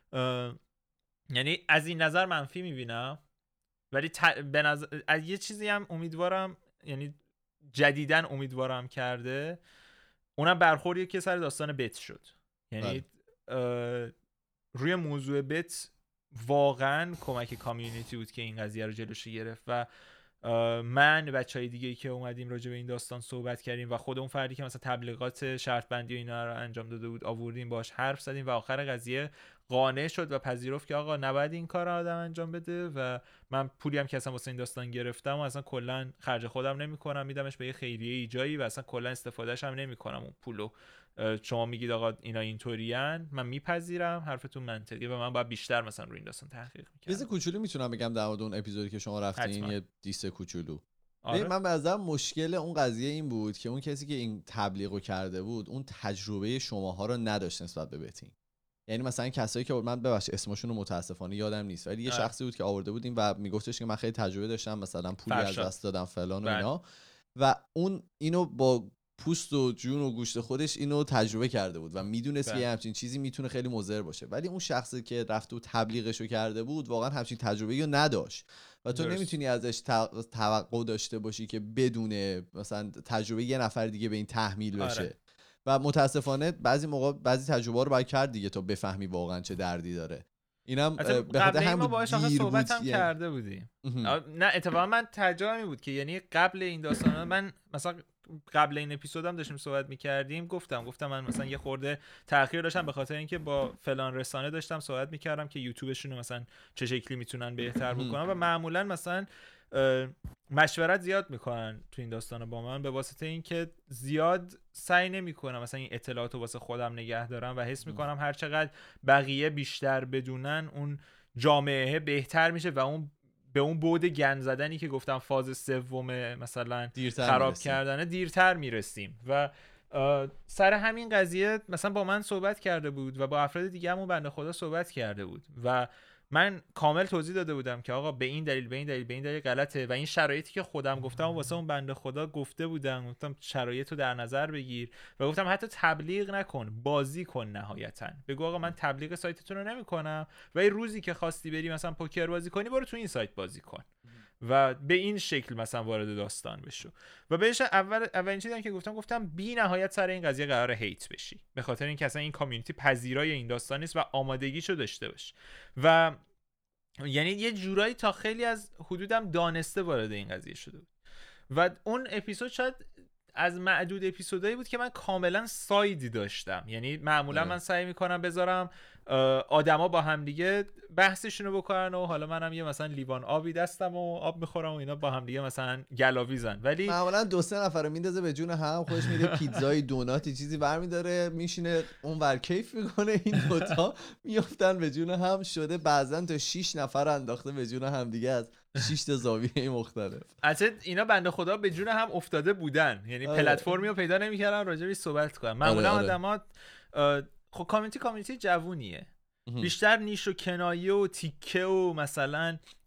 یعنی از این نظر منفی میبینم. ولی از یه چیزی هم امیدوارم، یعنی جدیدن امیدوارم کرده، اونم برخوردیه که سر داستان بت شد. یعنی روی موضوع بت واقعا کمک کامیونیتی بود که این قضیه رو جلوش گرفت و من بچهای دیگه‌ای که اومدیم راجع به این داستان صحبت کردیم و خود اون فردی که مثلا تبلیغات شرط بندی و اینا رو انجام داده بود آوردیم باهاش حرف زدیم و آخر قضیه قانع شد و پذیرفت که آقا نباید این کار رو آدم انجام بده و من پولی هم که اصلا واسه این داستان گرفتم و اصلا کلا خرج خودم نمی‌کنم، میدمش به یه خیریه جایی و اصلا کلا استفادهش هم نمی‌کنم اون پولو. شما میگید آقا اینا اینطورین، من میپذیرم، حرفتون منطقیه و من باید بیشتر مثلا روی این داستان تحقیق می‌کردم. چیز کوچولو میتونم بگم در مورد اون اپیزودی که شما رفتین، یه دیس کوچولو. آره. من به نظرم مشکل اون قضیه این بود که اون کسی که این تبلیغو کرده بود اون تجربه شماها رو نداشت نسبت به بتینگ. یعنی مثلا کسایی که من ببخشید اسمشون رو متاسفانه یادم نیست، ولی یه شخصی بود که آورده بود این و میگفتش که من خیلی تجربه داشتم، مثلا پولی از دست دادم فلان و اینا، و اون اینو با پوست و جون و گوشت خودش اینو تجربه کرده بود و میدونست که همچین چیزی میتونه خیلی مضر باشه. ولی اون شخصی که رفته و تبلیغشو کرده بود واقعا همچین تجربه‌ای رو نداشت و تو نمیتونی ازش توقع داشته باشی که بدون مثلا تجربه یه نفر دیگه به این تحمیل بشه. آره. و متاسفانه بعضی موقع بعضی تجربه رو باید کرد دیگه تا بفهمی واقعا چه دردی داره. اینم به خاطر همین باهاش صحبت هم کرده بودیم. نه اتفاقا من تجربه بود که یعنی قبل این داستانا من مثلا قبل این اپیزودم داشتیم صحبت می‌کردیم، گفتم من مثلا یه خورده تأخیر داشتم به خاطر اینکه با فلان رسانه داشتم صحبت می‌کردم که یوتیوبشون رو مثلا چه شکلی میتونن بهتر بکنن و معمولا مثلا مشورت زیاد میکنن تو این داستانا با من، به واسطه اینکه زیاد سعی نمیکنم مثلا این اطلاعاتو واسه خودم نگه دارم و حس میکنم هر چقدر بقیه بیشتر بدونن اون جامعه بهتر میشه و اون به اون بعد گند زدنی که گفتم فاز سوم مثلا خراب کردنه دیرتر میرسیم. و سر همین قضیه مثلا با من صحبت کرده بود و با افراد دیگه همون بنده خدا صحبت کرده بود و من کامل توضیح داده بودم که آقا به این دلیل غلطه و این شرایطی که خودم گفتم واسه اون بنده خدا گفته بودم، گفتم شرایطو در نظر بگیر و گفتم حتی تبلیغ نکن، بازی کن نهایتا. بگو آقا من تبلیغ سایتتون رو نمی‌کنم و این روزی که خواستی بری مثلا پوکر بازی کنی برو تو این سایت بازی کن و به این شکل مثلا وارد داستان بشو. و بهش اولین چیزی که گفتم بی نهایت سر این قضیه قرار هیت بشی، به خاطر اینکه اصلا این کامیونیتی پذیرای این داستان نیست و آمادگیشو داشته باش. و یعنی یه جورایی تا خیلی از حدودم دانسته وارد این قضیه شده بود و اون اپیزود شاید از معدود اپیزودایی بود که من کاملا سایدی داشتم. یعنی معمولا من سعی میکنم بذارم آدما با هم دیگه بحثشونو بکنن و حالا منم یه مثلا لیوان آبی دستم و آب میخورم و اینا با هم دیگه مثلا گلاویزن، ولی معمولا 2-3 نفر رو میندازه به جون هم، خودش میره پیتزای دوناتی چیزی برمیداره میشینه اون ور کیف میکنه، این دوتا میافتن به جون هم. شده بعضن تا 6 نفر انداخته به جون هم دیگه از 6 تا زاویه مختلف. البته اینا بنده خدا به جون هم افتاده بودن، یعنی پلتفرمی رو پیدا نمیکردن راجعش صحبت کنن. معمولا آدما خب کامیونیتی جوونیه، بیشتر نیش و کنایه و تیکه و مثلا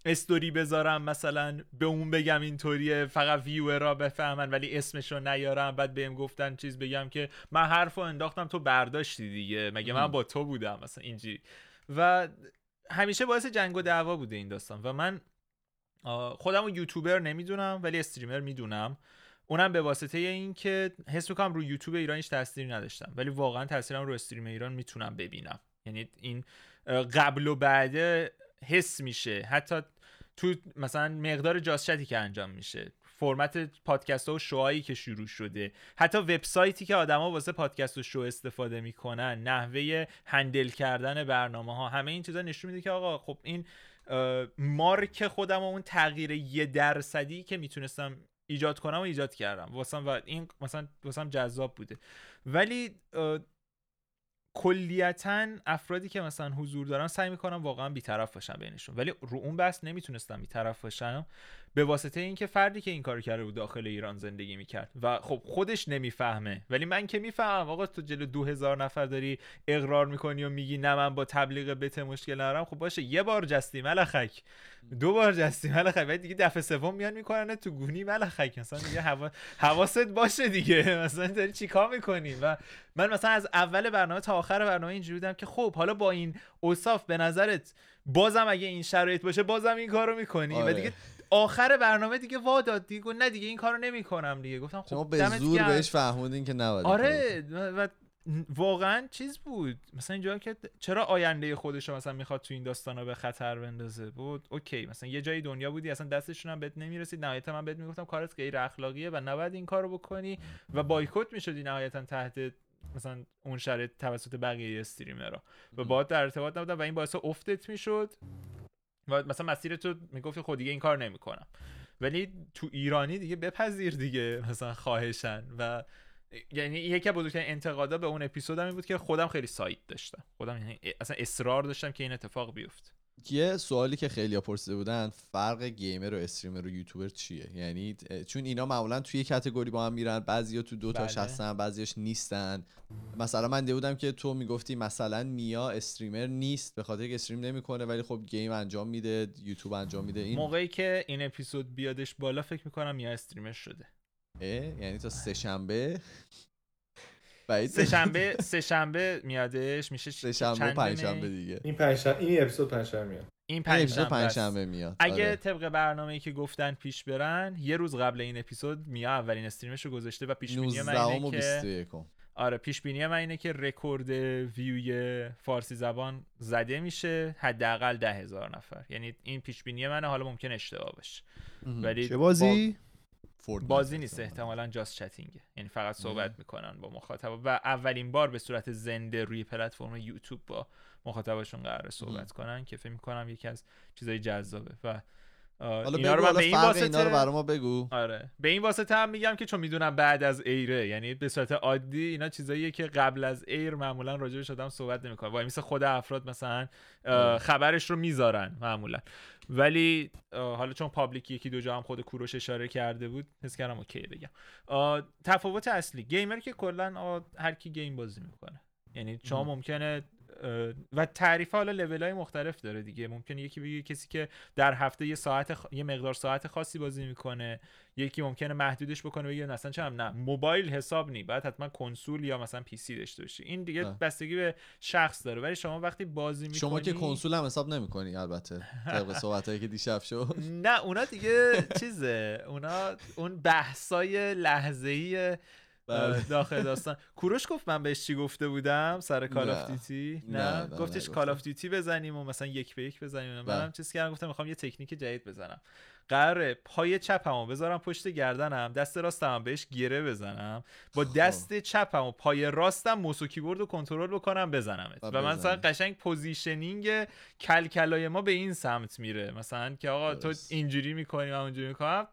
استوری بذارم مثلا به اون بگم اینطوریه فقط ویورا بفهمن ولی اسمشو نیارم، بعد بهم گفتن چیز بگم که من حرفو انداختم تو برداشتی دیگه، مگه من با تو بودم مثلا اینجوری. و همیشه باعث جنگ و دعوا بوده این داستان. و من خودمو یوتیوبر نمیدونم ولی استریمر میدونم، اونم به واسطه این که حس میکنم رو یوتیوب ایران هیچ تأثیری نداشتم ولی واقعا تأثیرم رو استریم ایران میتونم ببینم. یعنی این قبل و بعد حس میشه، حتی تو مثلا مقدار جاسچتی که انجام میشه، فرمت پادکست ها و شوهایی که شروع شده، حتی وبسایتی که آدما واسه پادکست و شو استفاده میکنن، نحوه هندل کردن برنامه ها، همه این چیزا نشون میده که آقا خب این مارک خودم و اون تغییر 1% که میتونستم ایجاد کنم و ایجاد کردم واسم، و این مثلا واسم جذاب بوده. ولی کلیتاً افرادی که مثلا حضور دارن سعی میکنم واقعا بی‌طرف باشم بینشون، ولی رو اون بحث نمیتونستم بی‌طرف باشم به واسطه اینکه فردی که این کارو کرده بود داخل ایران زندگی میکرد و خب خودش نمیفهمه، ولی من که میفهمم. آقا تو جلو 2000 نفر داری اقرار میکنی و میگی نه من با تبلیغ بت مشکل ندارم، خب باشه یه بار جستی ملخک، 2 بار جستی ملخک، بعد دیگه دفعه سوم میان میکنن تو گونی ملخک، مثلا دیگه حواست باشه دیگه مثلا داری چیکار میکنی. و من مثلا از اول برنامه تا آخر برنامه اینجوری بودم که خب حالا با این اوصاف به نظرت بازم اگه این شرایط باشه بازم این کارو میکنی؟ و دیگه آخر برنامه دیگه واداد دیگه نه دیگه این کارو نمیکنم دیگه. گفتم خب شما به زور بهش فهموندین که نباید. آره و واقعا چیز بود مثلا اینجا که چرا آینده خودش رو مثلا میخواد تو این داستانا به خطر بندازه بود. اوکی مثلا یه جای دنیا بودی اصلا دستشون هم بهت نمیرسید، نهایتا من بهت میگفتم کارت غیر اخلاقیه و نباید این کارو بکنی و بایکوت میشدی نهایتا تحت مثلا اون شرایط توسط بقیه استریمرها و باهات در ارتباط نبودن و این باعث افتت میشد و مثلا مسیر تو میگفتی خود دیگه این کار نمیکنم. ولی تو ایرانی دیگه بپذیر دیگه مثلا خواهشن. و یعنی یکی از بزرگترین انتقادا به اون اپیزودم این بود که خودم خیلی سایت داشتم، خودم یعنی اصلا اصرار داشتم که این اتفاق بیفته. یه سوالی که خیلی‌ها پرسیده بودن، فرق گیمر و استریمر و یوتیوبر چیه؟ یعنی چون اینا معمولا توی یه کاتگوری با هم میرن، بعضیا تو 2 تاش هستن بعضیاش نیستن. مثلا من دیده بودم که تو میگفتی مثلا میا استریمر نیست به خاطر که استریم نمیکنه ولی خب گیم انجام میده، یوتیوب انجام میده. این موقعی که این اپیزود بیادش بالا فکر میکنم میا استریمر شده. یعنی تا سه شنبه سه شنبه میادش، میشه سه شنبه و پنج شنبه دیگه. این اپیزود پنجشنبه میاد. این پنجشنبه میاد. اگه طبق برنامه‌ای که گفتن پیش برن یه روز قبل این اپیزود میا اولین استریمش رو گذاشته و پیش بینی من اینه که آره پیش بینی من اینه که رکورد ویوی فارسی زبان زده میشه حداقل 10,000 نفر. یعنی این پیش بینی منه، حالا ممکن اشتباه بشه. ولی چه بازی؟ بازی نیست، احتمالاً جاست چتینگه، یعنی فقط صحبت میکنن با مخاطب و اولین بار به صورت زنده روی پلتفرم یوتیوب با مخاطبشون قراره صحبت کنن که فکر میکنم یکی از چیزای جذابه. و حالا اینا رو من به این واسطه اینا رو برای ما بگو. آره به این واسطه هم میگم که چون میدونم بعد از ایره، یعنی به صورت عادی اینا چیزاییه که قبل از ایر معمولا راجبش آدم صحبت نمیکنه، وای مثل خود افراد مثلا خبرش رو میذارن معمولا، ولی حالا چون پابلیک یکی دو جا هم خود کوروش اشاره کرده بود حس کردم اوکی بگم. تفاوت اصلی گیمر که کلا هر کی گیم بازی میکنه، یعنی شما ممکنه و تعریف حالا لول‌های مختلف داره دیگه، ممکنه یکی بگه کسی که در هفته یه مقدار ساعت خاصی بازی میکنه، یکی ممکنه محدودش بکنه بگه مثلا چم نه موبایل حساب نی بعد حتما کنسول یا مثلا پی سی داشته باشی. این دیگه بستگی به شخص داره. ولی شما وقتی بازی میکنی، شما که کنسول هم حساب نمیکنی البته طبق صحبتایی که دیشب شد. نه اونا دیگه چیزه، اونا اون بحثای لحظه‌ای داخل داستان. کوروش گفت من بهش چی گفته بودم سر کال آف دیوتی؟ نه گفتش کال آف دیوتی بزنیم و مثلا 1 به 1 بزنیم. منم چیز کردم گفتم میخوام یه تکنیک جدید بزنم، قراره پای چپمو بذارم پشت گردنم، دست راستم بهش گره بزنم، با دست چپم و پای راستم موس و کیبورد رو کنترل بکنم بزنمت و مثلا قشنگ پوزیشنینگ کلکلای ما به این سمت میره، مثلا که آقا تو اینجوری میکنی من اونجوری میکنم.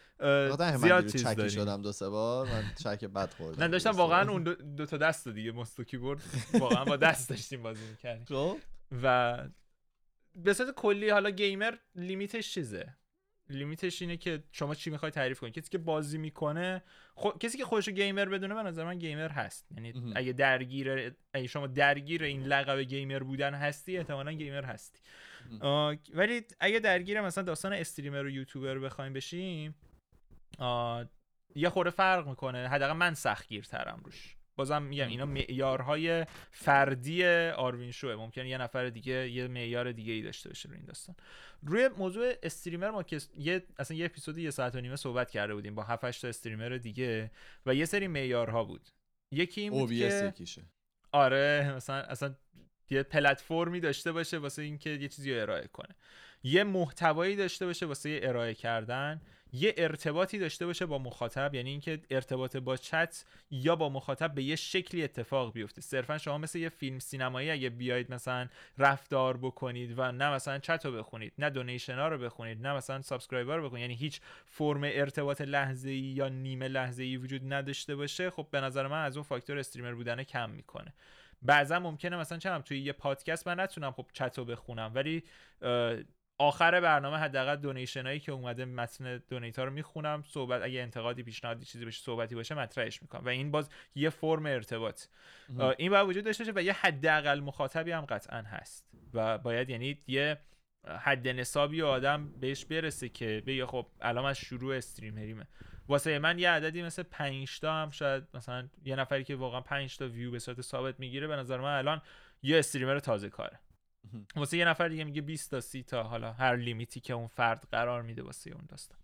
زیاد چیز داریم. شدم 2-3 بار من چک بد خوردم. نه داشتم واقعا اون دو تا دست دیگه موس و کیبورد واقعا با دست داشتیم بازی می‌کردیم. و به صورت کلی حالا گیمر لیمیتش چیزه، لیمیتش اینه که شما چی میخوای تعریف کنی. کسی که بازی میکنه کسی که خودشو گیمر بدونه به نظر من گیمر هست. یعنی اگه شما درگیر این لقب گیمر بودن هستی احتمالاً گیمر هستی. ولی اگه درگیر مثلا داستان استریمر و یوتیوبر بخوایم بشیم یه خورده فرق میکنه. حداقل من سختگیرترم روش. بازم میگم اینا معیارهای فردی آروین شوه. ممکنه یه نفر دیگه یه معیار دیگه ای داشته باشه روی این داستان. روی موضوع استریمر ما که اصلا یه اپیزود 1.5 ساعت صحبت کرده بودیم با 7-8 تا استریمر دیگه و یه سری معیارها بود. یکی این بود که آره مثلا اصلا یه پلتفرمی داشته باشه واسه اینکه یه چیزی رو ارائه کنه، یه محتوایی داشته باشه واسه ارائه کردن، یه ارتباطی داشته باشه با مخاطب، یعنی اینکه ارتباط با چت یا با مخاطب به یه شکلی اتفاق بیفته. صرفا شما مثل یه فیلم سینمایی اگه بیاید مثلا رفتار بکنید و نه مثلا چت رو بخونید، نه دونیشن ها رو بخونید، نه مثلا سابسکرایبر رو بخونید، یعنی هیچ فرم ارتباط لحظه‌ای یا نیمه لحظه‌ای وجود نداشته باشه، خب به نظر من از اون فاکتور استریمر بودن کم میکنه. بعضا ممکنه مثلا چم توی یه پادکست من نتونم خب چت رو بخونم، ولی آخر برنامه حداقل دونیشن هایی که اومده متن دونیت ها رو میخونم، صحبت اگه انتقادی پیشنهادی چیزی بشه صحبتی باشه مطرحش میکنم و این باز یه فرم ارتباط این باید وجود داشته باشه و یه حداقل مخاطبی هم قطعا هست و باید یعنی یه حد نصابی آدم بهش برسه که بگه خب الان از شروع استریمریمه. واسه من یه عددی مثل 5 تا هم شاید مثلا یه نفری که واقعا 5 تا ویو به صورت ثابت میگیره به نظر من الان یه استریمر تازه کاره. واسه یه نفر دیگه میگه 20 تا 30 تا، حالا هر لیمیتی که اون فرد قرار میده واسه اون داستان.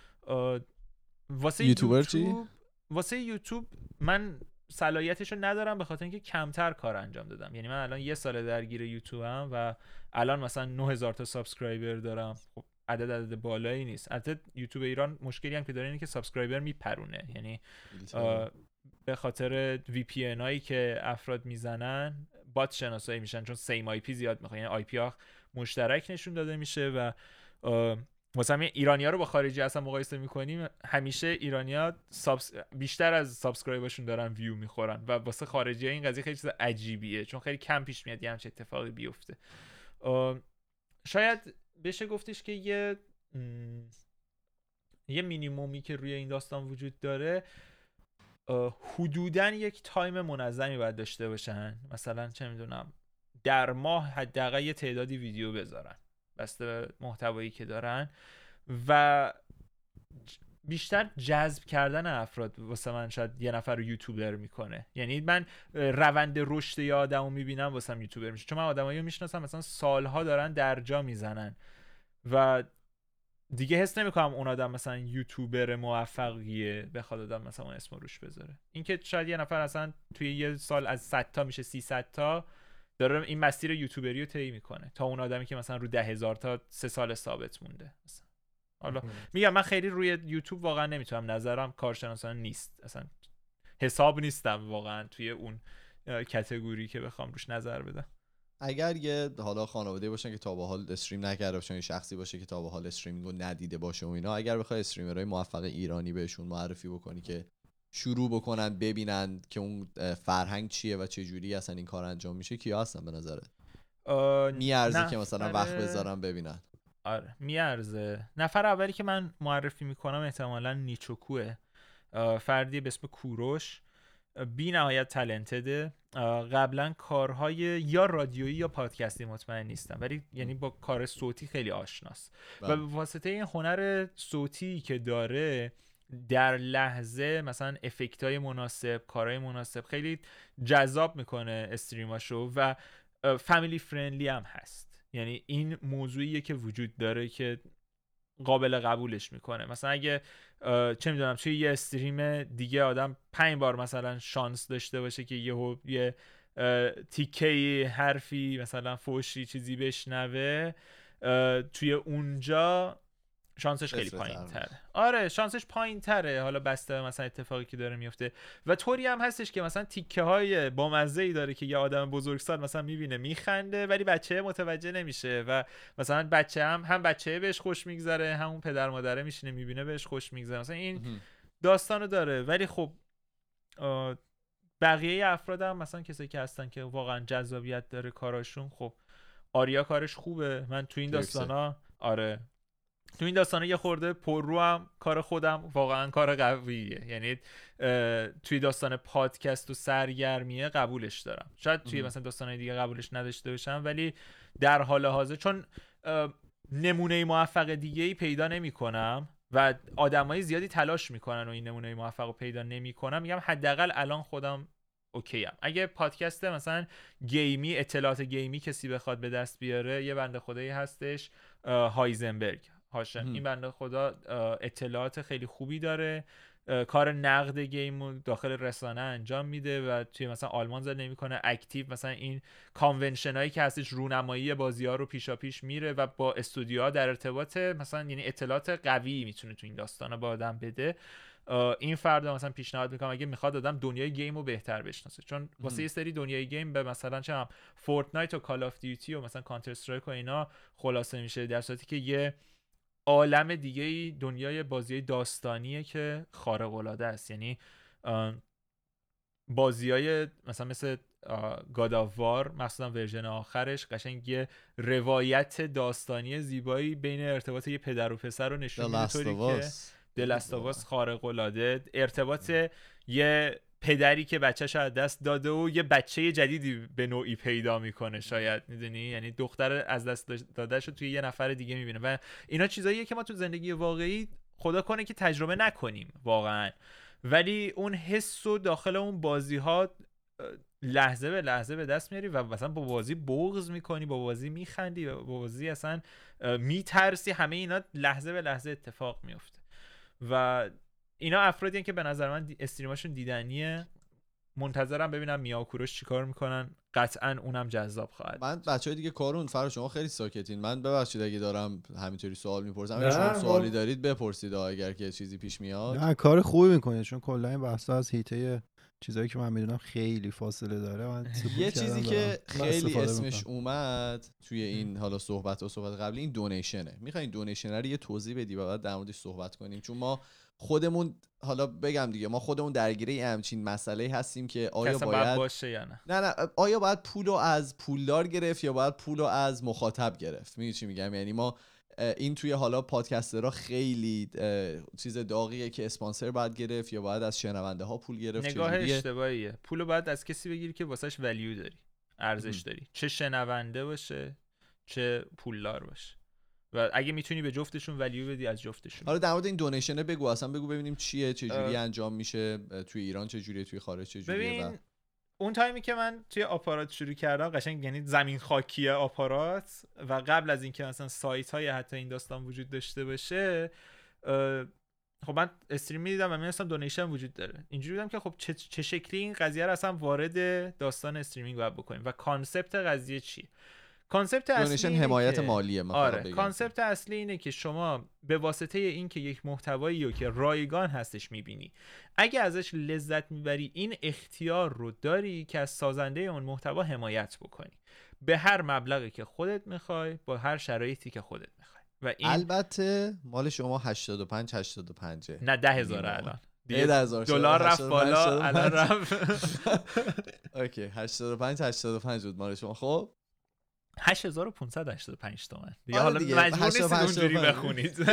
واسه یوتیوبر چی؟ واسه یوتیوب من صلاحیتشو ندارم به خاطر اینکه کمتر کار انجام دادم. یعنی من الان 1 سال درگیر یوتیوبم و الان مثلا 9000 تا سابسکرایبر دارم. خب عدد بالایی نیست. البته یوتیوب ایران مشکلی هم که داره اینه که سابسکرایبر میپرونه، یعنی به خاطر وی پی ان هایی که افراد میزنن بات شناسایی میشن، چون سیم آی پی زیاد میخواد، یعنی آی پی ها مشترک نشون داده میشه و مثلا ایرانی‌ها رو با خارجی اصلا مقایسه میکنیم، همیشه ایرانی‌ها بیشتر از سابسکرایبرشون دارن ویو میخورن و واسه خارجی‌ها این قضیه خیلی چیز عجیبیه چون خیلی کم پیش میاد یه همچین اتفاقی بیفته. شاید بشه گفتش که یه مینیمومی که روی این داستان وجود داره حدوداً یک تایم منظمی باید داشته باشن. مثلا چه میدونم در ماه حداقل یه تعدادی ویدیو بذارن بسته به محتوایی که دارن و بیشتر جذب کردن افراد واسه من شاید یه نفر رو یوتیوبر میکنه. یعنی من روند رشد یه آدمو میبینم واسم یوتیوبر میشه، چون من آدمایی رو میشناسم مثلا سالها دارن درجا میزنن و دیگه حس نمیکنم اون آدم مثلا یوتیوبر موفقیه بخواد آدم مثلا اون اسمو روش بذاره. اینکه شاید یه نفر اصلا توی یه سال از 100 تا میشه 300 تا داره این مسیر یوتیوبری رو طی میکنه تا اون آدمی که مثلا رو 10,000 تا 3 سال ثابت مونده مثلا. حالا میگم من خیلی روی یوتیوب واقعا نمیتونم، نظرم کارشناسانه نیست، اصلا حساب نیستم واقعا توی اون کاتگوری که بخوام روش نظر بدم. اگر یه حالا خانواده باشن که تا به حال استریم نکرده باشن، یه شخصی باشه که تا به حال استریمینگو ندیده باشه و اینا، اگر بخوای استریمرهای موفق ایرانی بهشون معرفی بکنی که شروع بکنن ببینن که اون فرهنگ چیه و چه جوری اصلا این کار انجام میشه، کیا هستن به نظرت؟ میارزه که مثلا وقت بذارن ببینن؟ آره میارزه. نفر اولی که من معرفی میکنم احتمالاً نیچوکوه، فردی به اسم کوروش، بی نهایت تالنتده. قبلا کارهای یا رادیویی یا پادکستی مطمئن نیستم ولی یعنی با کار صوتی خیلی آشناست و به واسطه این هنر صوتی که داره در لحظه مثلا افکتای مناسب، کارهای مناسب خیلی جذاب میکنه استریماشو و فامیلی فرندلی هم هست. یعنی این موضوعیه که وجود داره که قابل قبولش میکنه. مثلا اگه چه میدونم توی یه استریم دیگه آدم 5 بار مثلا شانس داشته باشه که یه تیکه حرفی مثلا فوشی چیزی بشنوه، توی اونجا شانسش خیلی پایین تره. آره شانسش پایین تره، حالا بسته به مثلا اتفاقی که داره میفته. و طوری هم هستش که مثلا تیکه های بامزه‌ای داره که یه آدم بزرگسال مثلا میبینه میخنده ولی بچه متوجه نمیشه و مثلا بچه هم بچه بهش خوش میگذره، همون پدر مادره میشینه میبینه بهش خوش میگذره، مثلا این داستانو داره. ولی خب بقیه افراد هم مثلا کسایی که هستن که واقعا جذابیت داره کاراشون، خب آریا کارش خوبه، من تو این داستانا آره تو این داستانا یه خورده پررو هم کار خودم واقعا کار قویه، یعنی توی داستان پادکست و سرگرمیه قبولش دارم. شاید توی مثلا داستانای دیگه قبولش نداشته باشم، ولی در حال حاضر چون نمونه موفق دیگه ای پیدا نمی کنم و آدمای زیادی تلاش میکنن و این نمونه موفق رو پیدا نمیکنم، میگم حداقل الان خودم اوکی ام. اگه پادکست مثلا گیمی، اطلاعات گیمی کسی بخواد به دست بیاره، یه بنده خدایی هستش هایزنبرگ هاشم، این بنده خدا اطلاعات خیلی خوبی داره، کار نقد گیم داخل رسانه انجام میده و توی مثلا آلمان زندگی میکنه، اکتیو مثلا این کانونشن هایی که هستش رونمایی بازی ها رو پیشا پیش میره و با استودیوها در ارتباط، مثلا یعنی اطلاعات قوی میتونه تو این داستانا با آدم بده. این فرد مثلا پیشنهاد میکنم اگه میخواد آدم دنیای گیم رو بهتر بشناسه، چون واسه یه سری دنیای گیم به مثلا چه هم فورتنایت و کال آف دیوتی و مثلا کانتر استرایک و اینا خلاصه میشه، در صورتی که یه عالم دیگه دنیای بازی داستانیه که خارق العاده است. یعنی بازیای مثل گاد آف وار مثلا ورژن آخرش قشنگ یه روایت داستانی زیبایی بین ارتباط یه پدر و پسر رو نشون میده، طوری که دلستاواس خارق العاده، ارتباط یه پدری که بچه‌ش از دست داده و یه بچه جدیدی به نوعی پیدا میکنه، شاید میدونی، یعنی دختر از دست داده‌شو توی یه نفر دیگه میبینه و اینا چیزاییه که ما تو زندگی واقعی خدا کنه که تجربه نکنیم واقعا، ولی اون حس و داخل اون بازی‌ها لحظه به لحظه به دست میاری و مثلا با بازی بغض میکنی، با بازی میخندی، با بازی اصلا میترسی، همه اینا لحظه به لحظه اتفاق میفته و اینا افرادی هستن که به نظر من استریماشون دیدنیه. منتظرم ببینم میاکوروش چیکار میکنن، قطعا اونم جذاب خواهد. من بچهای دیگه کارون فرا شما خیلی ساکتین، من ببخشید اگه دارم همینطوری سوال میپرسم، اگه شما سوالی دارید بپرسید اگر که چیزی پیش میاد. نه کار خوبی میکنید، چون کلا این بحثا از حیطه چیزایی که من میدونم خیلی فاصله داره. من یه چیزی که خیلی اسمش اومد توی این حالا صحبت قبلی، این دونیشنه. میخواین دونیشن رو یه توضیح بدی و بعد در موردش صحبت کنیم، چون ما خودمون، حالا بگم دیگه، ما خودمون درگیره همچین مسئله هستیم که آیا باید باشه یا نه آیا باید پولو از پولدار گرفت یا باید پولو از مخاطب گرفت. میگی چی میگم؟ یعنی ما این توی حالا پادکسترها خیلی چیز داغیه که اسپانسر باید گرفت یا باید از شنونده ها پول گرفت. نگاه اشتباهیه. پولو باید از کسی بگیری که واسش ولیو داری، ارزش داری، چه شنونده باشه چه پولدار باشه، و اگه میتونی به جفتشون ولیو بدی از جفتشون. حالا در مورد این دونیشنه بگو، اصلا بگو ببینیم چیه، چه جوری انجام میشه، توی ایران چه جوریه، توی خارج چه جوریه. ببین اون تایمی که من توی آپارات شروع کردم قشنگ یعنی زمین خاکی آپارات و قبل از اینکه مثلا سایت های حتی این داستان وجود داشته باشه، خب من استریم میدیدم و می‌دونستم دونیشن وجود داره. اینجوری بودم که خب چه شکلی این قضیه رو اصلا وارد داستان استریمینگ باید بکنیم و کانسپت قضیه چیه. کانسپت اصلی حمایت مالیه. آره، کانسپت اصلی اینه که شما به واسطه این که یک محتوایی رو که رایگان هستش میبینی، اگه ازش لذت میبری، این اختیار رو داری که از سازنده اون محتوا حمایت بکنی به هر مبلغی که خودت میخوای، با هر شرایطی که خودت میخوای. و این البته مال شما 85، نه 10,000 الان دلار رفت بالا، الان رفت اوکی 85 بود مال شما. خب 8585 تومن دیگه. حالا مجبور نیستید اونجوری بخونید.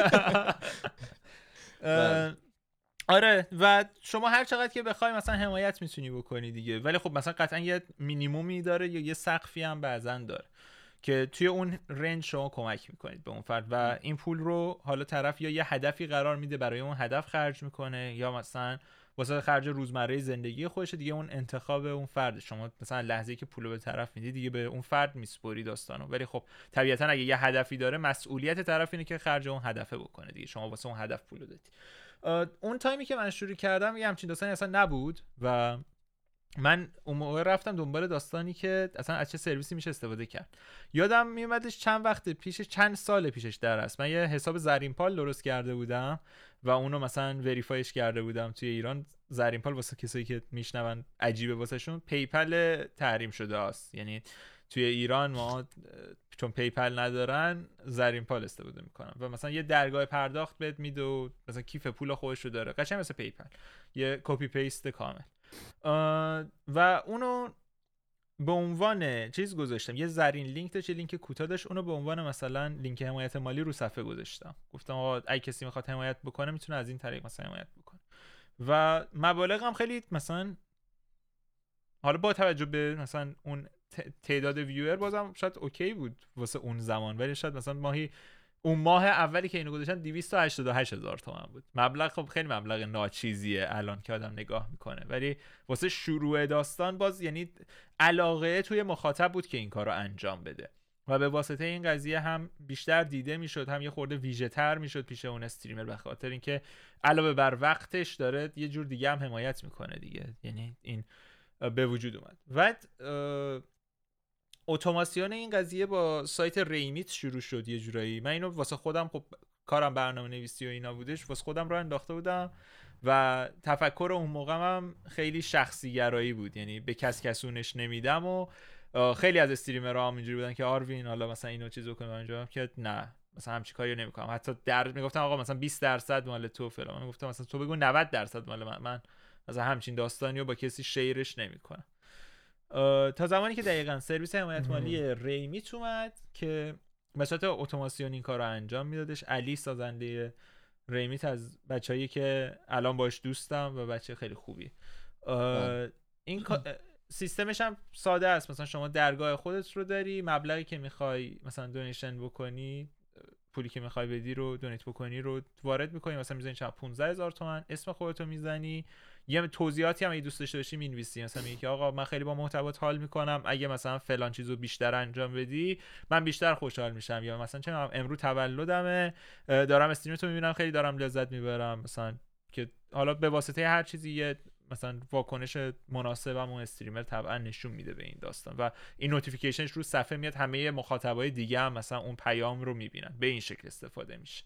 آره، و شما هر چقدر که بخوای مثلا حمایت میتونی بکنی دیگه، ولی خب مثلا قطعا یه مینیمومی داره یا یه سقفی هم بعضن داره که توی اون رنج شما کمک میکنید به اون فرد و این پول رو حالا طرف یا یه هدفی قرار میده برای اون هدف خرج میکنه، یا مثلا واسه خرج روزمره زندگی خودشه دیگه. اون انتخاب اون فرد. شما مثلا لحظه‌ای که پولو به طرف میدی دیگه به اون فرد میسپری داستانو، ولی خب طبیعتا اگه یه هدفی داره مسئولیت طرف اینه که خرج اون هدفه بکنه دیگه. شما واسه اون هدف پولو دادی. اون تایمی که من شروع کردم یه همچین داستانی اصلا نبود و من اون موقع رفتم دنبال داستانی که اصلا از چه سرویسی میشه استفاده کرد. یادم میومدش چند سال پیشش در است من یه حساب زرینپال درست کرده بودم و اونو مثلا وریفایش کرده بودم توی ایران. زرینپال واسه کسایی که میشنون عجیبه واسهشون، پیپل تحریم شده است. یعنی توی ایران ما چون پیپل ندارن زرینپال استفاده میکنن و مثلا یه درگاه پرداخت بهت میده و مثلا کیف پول خودش رو داره، قشنگ مثل پیپل، یه کپی پیست کامل. و اونو به عنوان چیز گذاشتم، یه زرین لینک داشت، یه لینک کوتاه داشت، اونو به عنوان مثلا لینک حمایت مالی رو صفحه گذاشتم. گفتم آقا اگه کسی میخواد حمایت بکنه میتونه از این طریق مثلا حمایت بکنه و مبالغ هم خیلی مثلا حالا با توجه به مثلا اون تعداد ویور بازم شاید اوکی بود واسه اون زمان، ولی شاید مثلا ماهی اون ماه اولی که اینو گذاشتن 288,000 تومان بود. مبلغ خب خیلی مبلغ ناچیزیه الان که آدم نگاه میکنه، ولی واسه شروع داستان باز یعنی علاقه توی مخاطب بود که این کارو انجام بده و به واسطه این قضیه هم بیشتر دیده میشد، هم یه خورده ویژه تر میشد پیش اون استریمر، به خاطر اینکه علاوه بر وقتش داره یه جور دیگه هم حمایت میکنه دیگه. یعنی این به وجود اومد. و اتوماسیون این قضیه با سایت ریمیت شروع شد یه جورایی. من اینو واسه خودم، خب کارم برنامه نویسی و اینا بودش، واسه خودم راه انداخته بودم و تفکر اون موقعم هم خیلی شخصی گرایی بود، یعنی به کسونش نمیدم و خیلی از استریمرها هم اینجوری بودن که آروین حالا مثلا اینو چیزو کنم انجام، که نه مثلا همچین کاری نمیکنم. حتی میگفتم آقا مثلا 20% مال تو فلان، من گفتم مثلا تو بگو 90% مال من مثلا همچین داستانیو با کسی شیرش نمیکنم. تا زمانی که دقیقاً سرویس حمایت مالی ریمیت اومد که به صورت اتوماسیون این کارو انجام میدادش. علی سازنده ریمیت از بچه‌ای که الان باش دوستم و بچه خیلی خوبی. این سیستمش هم ساده است. مثلا شما درگاه خودت رو داری، مبلغی که میخوای مثلا دونیشن بکنی، پولی که میخوای بدی رو دونیت بکنی رو وارد میکنی، مثلا میذاری چند 15,000 تومان، اسم خودتو میزنی، یه توضیحاتی هم اگه دوست داشته باشی مینویسی، مثلا میگی که آقا من خیلی با محتوات حال میکنم، اگه مثلا فلان چیزو بیشتر انجام بدی من بیشتر خوشحال میشم، یا مثلا چه امروز تولدمه دارم استریمتو میبینم خیلی دارم لذت میبرم، مثلا که حالا به واسطه هر چیزی یه مثلا واکنش مناسبم اون استریمر طبعا نشون میده به این داستان و این نوتیفیکیشنش رو صفحه میاد، همه مخاطبای دیگه هم مثلا اون پیام رو میبینن. به این شکل استفاده میشه.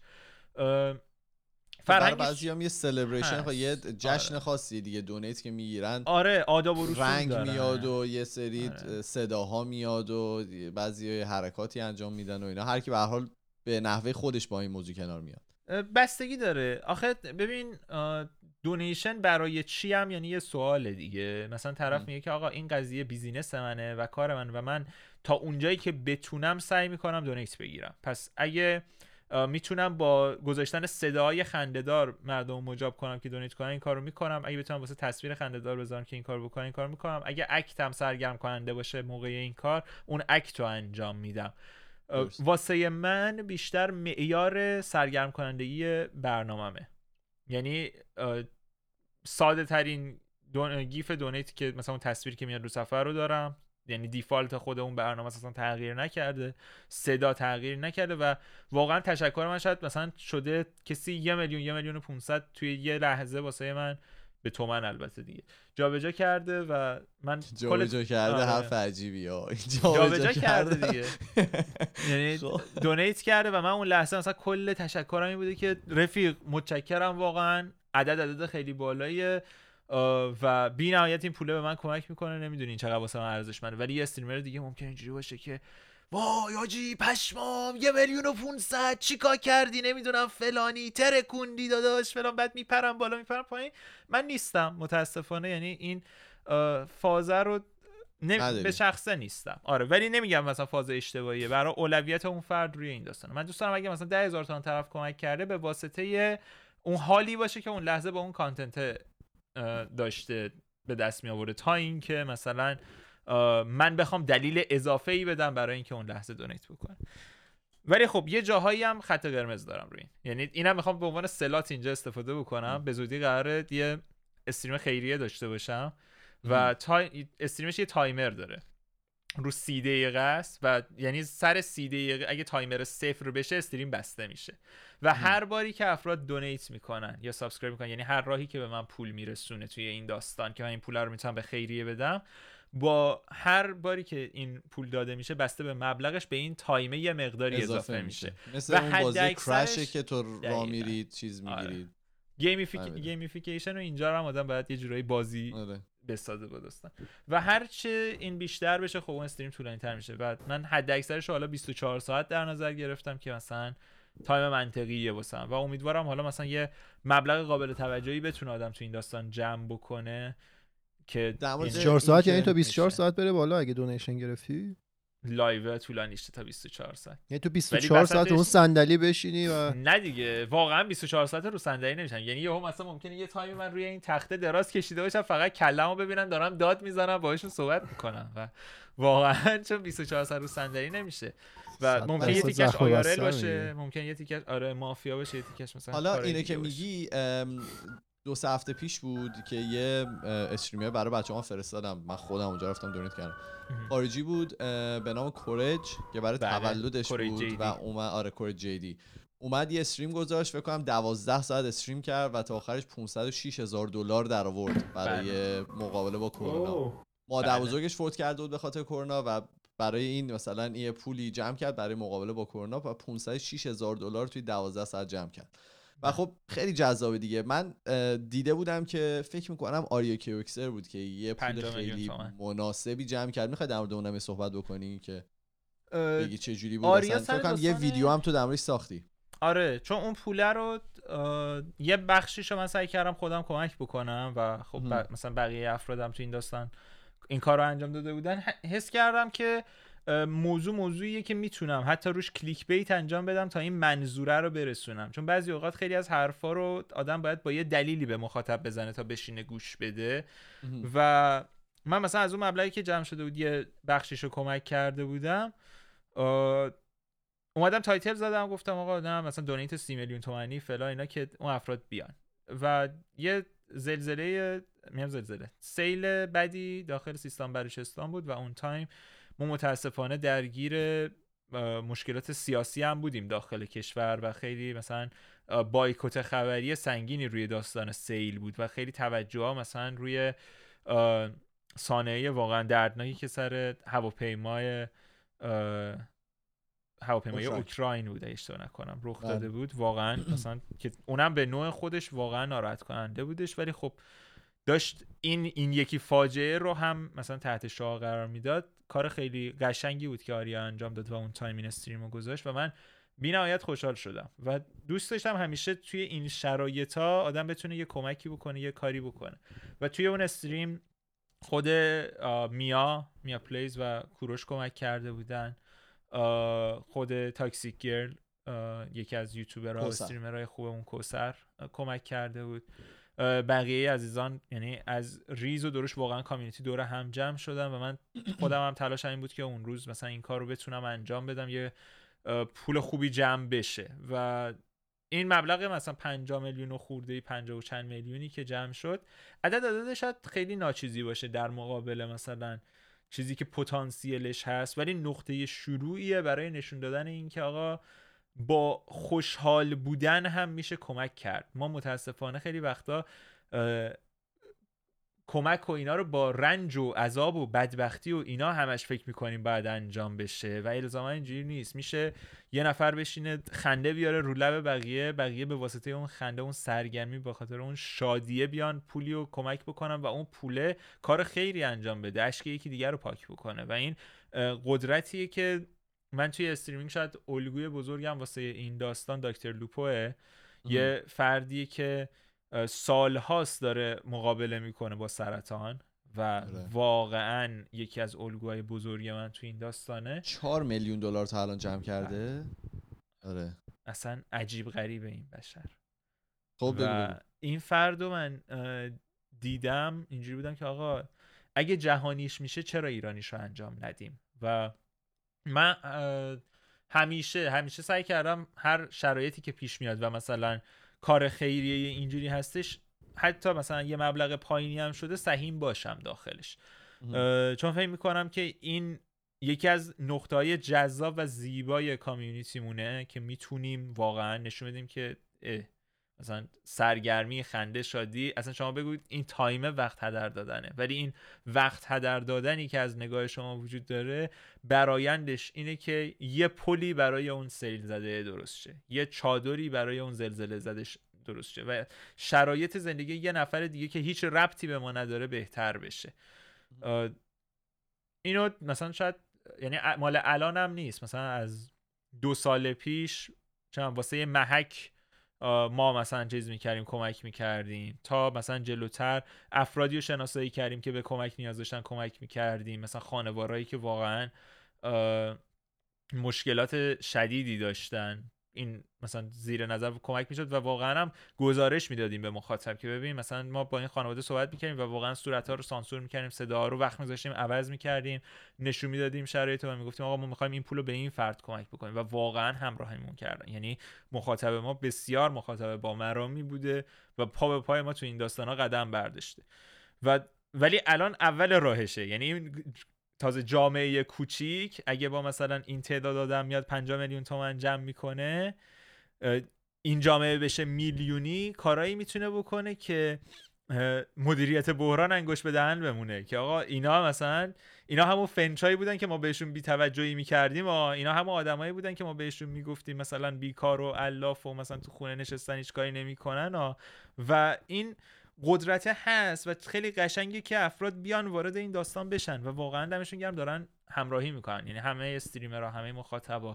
برای بعضی هم یه سلبریشن و یه جشن خاصی دیگه دونیت که میگیرن، آره آداب و رسوم رنگ دارن. میاد و یه سری صداها میاد و بعضی حرکاتی انجام میدن و اینا، هر کی به هر حال به نحوه خودش با این موضوع کنار میاد. بستگی داره. آخه ببین دونیشن برای چی هم یعنی یه سواله دیگه. مثلا طرف میگه که آقا این قضیه بیزینس منه و کار من و من تا اونجایی که بتونم سعی میکنم دونیت بگیرم، پس اگه میتونم با گذاشتن صدای خنده‌دار مردم مجاب کنم که دونیت کنن این کارو میکنم، اگه بتونم واسه تصویر خنده‌دار بذارم که این کارو بکنن این کارو میکنم، اگه اکتم سرگرم کننده باشه موقع این کار اون اکتو انجام میدم. واسه من بیشتر معیار سرگرم کنندگی برنامه‌مه، یعنی ساده ترین گیف دونیت که مثلا اون تصویر که میاد رو صفحه رو دارم، یعنی دیفالت خود اون برنامه اصلا تغییر نکرده، صدا تغییر نکرده و واقعا تشکر من شاید مثلا شده کسی 1,500,000 توی یه لحظه واسه من به تومن البته دیگه جابجا کرده و من جابجا کرده حرف عجیبی ها جابجا کرده دیگه یعنی دونیت کرده و من اون لحظه مثلا کل تشکرم این بوده که رفیق متشکرم، واقعا عدد خیلی بالاییه و بی نهایت این پوله به من کمک میکنه، نمیدونین چقدر واسه من ارزشمنده. ولی یه استریمر دیگه ممکنه اینجوری باشه که وای آجی پشمام 1,500,000 چیکار کردی نمیدونم فلانی ترکوندی داداش فلان، بعد میپرم بالا میپرم پایین. من نیستم متاسفانه، یعنی این فازه رو به شخصه نیستم. آره ولی نمیگم مثلا فاز اشتباهیه، برای اولویت اون فرد روی این داستانه. من دوست دارم اگه مثلا 10,000 تومان طرف کمک کرده به واسطه اون حالی باشه که اون لحظه با اون کانتنت داشته به دست می آورده، تا اینکه مثلا من بخوام دلیل اضافه ای بدم برای اینکه اون لحظه دونیت بکنه. ولی خب یه جاهایی هم خط قرمز دارم روی این، یعنی اینم میخوام به عنوان سلات اینجا استفاده بکنم. به زودی قراره یه استریم خیریه داشته باشم و استریمش یه تایمر داره رو 30 دقیقه است و یعنی سر 30 دقیقه اگه تایمر 0 بشه استریم بسته میشه و هر باری که افراد دونیت میکنن یا سابسکرایب میکنن، یعنی هر راهی که به من پول میرسونه توی این داستان که من این پول رو میتونم به خیریه بدم، با هر باری که این پول داده میشه بسته به مبلغش به این تایمه یه مقداری اضافه میشه. مثل اون بازی کرشه که تو راه میرید چیز میگیرید. گیمیفیکیشن و اینجا هم آدم باید یه جورایی بازی بسازه با داستان و هرچه این بیشتر بشه خب اون استریم طولانی تر میشه. بعد من حد اکثرش حالا 24 ساعت در نظر گرفتم که مثلا تایم منطقیه واسم و امیدوارم حالا مثلا یه مبلغ قابل توجهی بتونه آدم تو این داستان جمع بکنه که در مورد 24 ساعت این یعنی که تا 24 میشه. ساعت بره بالا اگه دونیشن گرفتی؟ لایو طولانی شه تا 24 ساعت. یعنی تو ولی 24 ساعت وسطش- اون صندلی بشینی و نه دیگه واقعا 24 ساعت رو صندلی نمیشم. یعنی یهو مثلا ممکنه یه تایمی من روی این تخته دراز کشیده باشم فقط کلمو ببینم دارم داد میزنم باهاشون صحبت میکنم و واقعا چون 24 ساعت رو صندلی نمیشه و 100% ممکن یه تیکش زخم آیارل بستر باشه، میگه. ممکن یه تیکش آره مافیا باشه، یه تیکش مثلا حالا کارهای اینه دیگه که باشه. میگی 2-3 هفته پیش بود که یه استریمر برای بچه‌ها فرستادم، من خودم اونجا رفتم دونیت کردم. خارجی بود به نام کورج که برای بله، تولدش کورج بود JD. و اومد کورج جیدی اومد یه استریم گذاشت، فکر کنم 12 ساعت استریم کرد و تا آخرش $506,000 در آورد برای مقابله با کرونا. مادر بله. بزرگش فوت کرده بود به خاطر کرونا و برای این مثلا یه پولی جمع کرد برای مقابله با کرونا و $506,000 توی 12 ساعت جمع کرد. و خب خیلی جذابه دیگه. من دیده بودم که فکر میکنم آریا کیوکسر بود که یه پول خیلی مناسبی جمع کرد. میخوای در مورد اونم صحبت بکنی که بگی چه جوری بود؟ اصلا فکر کنم یه ویدیو هم تو در موردش ساختی. آره چون اون پوله رو یه بخشیشو من سعی کردم خودم کمک بکنم و خب مثلا بقیه افرادم تو این داستان این کار رو انجام داده بودن. حس کردم که موضوعیه که میتونم حتی روش کلیک بیت انجام بدم تا این منظوره رو برسونم، چون بعضی اوقات خیلی از حرفا رو آدم باید با یه دلیلی به مخاطب بزنه تا بشینه گوش بده. و من مثلا از اون مبلغی که جمع شده بود یه بخشیشو کمک کرده بودم، اومدم تایتل زدم گفتم آقا نه مثلا دونیت 30 میلیون تومانی فلا اینا که اون افراد بیان و یه زلزله سیل بدی داخل سیستان بلوچستان بود و اون تایم ما متاسفانه درگیر مشکلات سیاسی هم بودیم داخل کشور و خیلی مثلا بایکوت خبری سنگینی روی داستان سیل بود و خیلی توجه ها مثلا روی صحنه واقعا دردناکی که سر هواپیمای اوکراین بود اشتباه نکنم رخ داده بود واقعا مثلا که اونم به نوع خودش واقعا ناراحت کننده بودش، ولی خب داشت این یکی فاجعه رو هم مثلا تحت شعاع قرار میداد. کار خیلی قشنگی بود که آریا انجام داد و اون تایمین استریم رو گذاشت و من بی‌نهایت خوشحال شدم و دوست داشتم همیشه توی این شرایطا آدم بتونه یه کمکی بکنه یه کاری بکنه و توی اون استریم خود میا پلیز و کوروش کمک کرده بودن، خود تاکسیک گرل یکی از یوتیوبرها و استریمرهای خوبمون کوثر کمک کرده بود، بقیه عزیزان یعنی از ریز و دروش واقعا کامیونیتی دور هم جمع شدن و من خودم هم تلاشم این بود که اون روز مثلا این کار رو بتونم انجام بدم یه پول خوبی جمع بشه و این مبلغ مثلا 50 میلیون و خورده 50 و چند میلیونی که جمع شد عدد شاید خیلی ناچیزی باشه در مقابل مثلا چیزی که پتانسیلش هست، ولی نقطه شروعیه برای نشون دادن این که آقا با خوشحال بودن هم میشه کمک کرد. ما متاسفانه خیلی وقتا کمک و اینا رو با رنج و عذاب و بدبختی و اینا همش فکر میکنیم بعد انجام بشه و الزاما اینجوری نیست. میشه یه نفر بشینه خنده بیاره رو لب بقیه به واسطه اون خنده اون سرگرمی با خاطر اون شادیه بیان پولی رو کمک بکنن و اون پوله کار خیری انجام بده، اشک یکی دیگر رو پاک بکنه و این قدرتیه که من توی استریمینگ شاید الگوی بزرگم واسه این داستان دکتر لوپوه، یه فردیه که سالهاست داره مقابله میکنه با سرطان و واقعا یکی از الگوهای بزرگی من تو این داستانه. 4 میلیون دلار تا الان جمع کرده. آره اصلا عجیب غریبه این بشر. خب و این فردو من دیدم اینجوری بودم که آقا اگه جهانیش میشه چرا ایرانیش رو انجام ندیم و من همیشه سعی کردم هر شرایطی که پیش میاد و مثلا کار خیریه اینجوری هستش حتی مثلا یه مبلغ پایینی هم شده سهیم باشم داخلش، چون فکر میکنم که این یکی از نقطه‌های جذاب و زیبای کامیونیتی مونه که میتونیم واقعا نشون بدیم که مثلا سرگرمی، خنده، شادی، اصلا شما بگوید این تایم وقت هدر دادنه، ولی این وقت هدر دادنی که از نگاه شما وجود داره برایندش اینه که یه پلی برای اون سیل زده درست شه، یه چادری برای اون زلزله زده درست شه و شرایط زندگی یه نفر دیگه که هیچ ربطی به ما نداره بهتر بشه. اینو مثلا شاید یعنی مال الان هم نیست، مثلا از 2 سال پیش چون واسه محک ما مثلا چیز میکردیم، کمک میکردیم، تا مثلا جلوتر افرادی رو شناسایی کردیم که به کمک نیاز داشتن، کمک میکردیم، مثلا خانوارهایی که واقعا مشکلات شدیدی داشتن، این مثلا زیر نظر کمک میشد و واقعا هم گزارش میدادیم به مخاطب که ببین مثلا ما با این خانواده صحبت میکردیم و واقعا صورت‌ها رو سانسور میکردیم، صداها رو وقت میذاشتیم عوض میکردیم، نشون میدادیم شرایط رو و میگفتیم آقا ما میخوایم این پولو به این فرد کمک بکنیم و واقعا همراهیمون کردن. یعنی مخاطب ما بسیار مخاطب با مرامی بوده و پا به پای ما تو این داستانا قدم برداشته. ولی الان اول راهشه، یعنی تازه جامعه کوچیک اگه با مثلا این تعداد آدم میاد 5 میلیون تومان جمع میکنه، این جامعه بشه میلیونی، کارایی میتونه بکنه که مدیریت بحران انگشت به دهن بمونه که آقا اینا مثلا اینا همون فنچایی بودن که ما بهشون بی‌توجهی میکردیم، اینا همون آدمایی بودن که ما بهشون میگفتیم مثلا بیکار و علاف و مثلا تو خونه نشستن هیچ کاری نمیکنن و این قدرت هست و خیلی قشنگه که افراد بیان وارد این داستان بشن و واقعا دمشون گرم دارن همراهی میکنن. یعنی همه استریمرها، همه مخاطبا،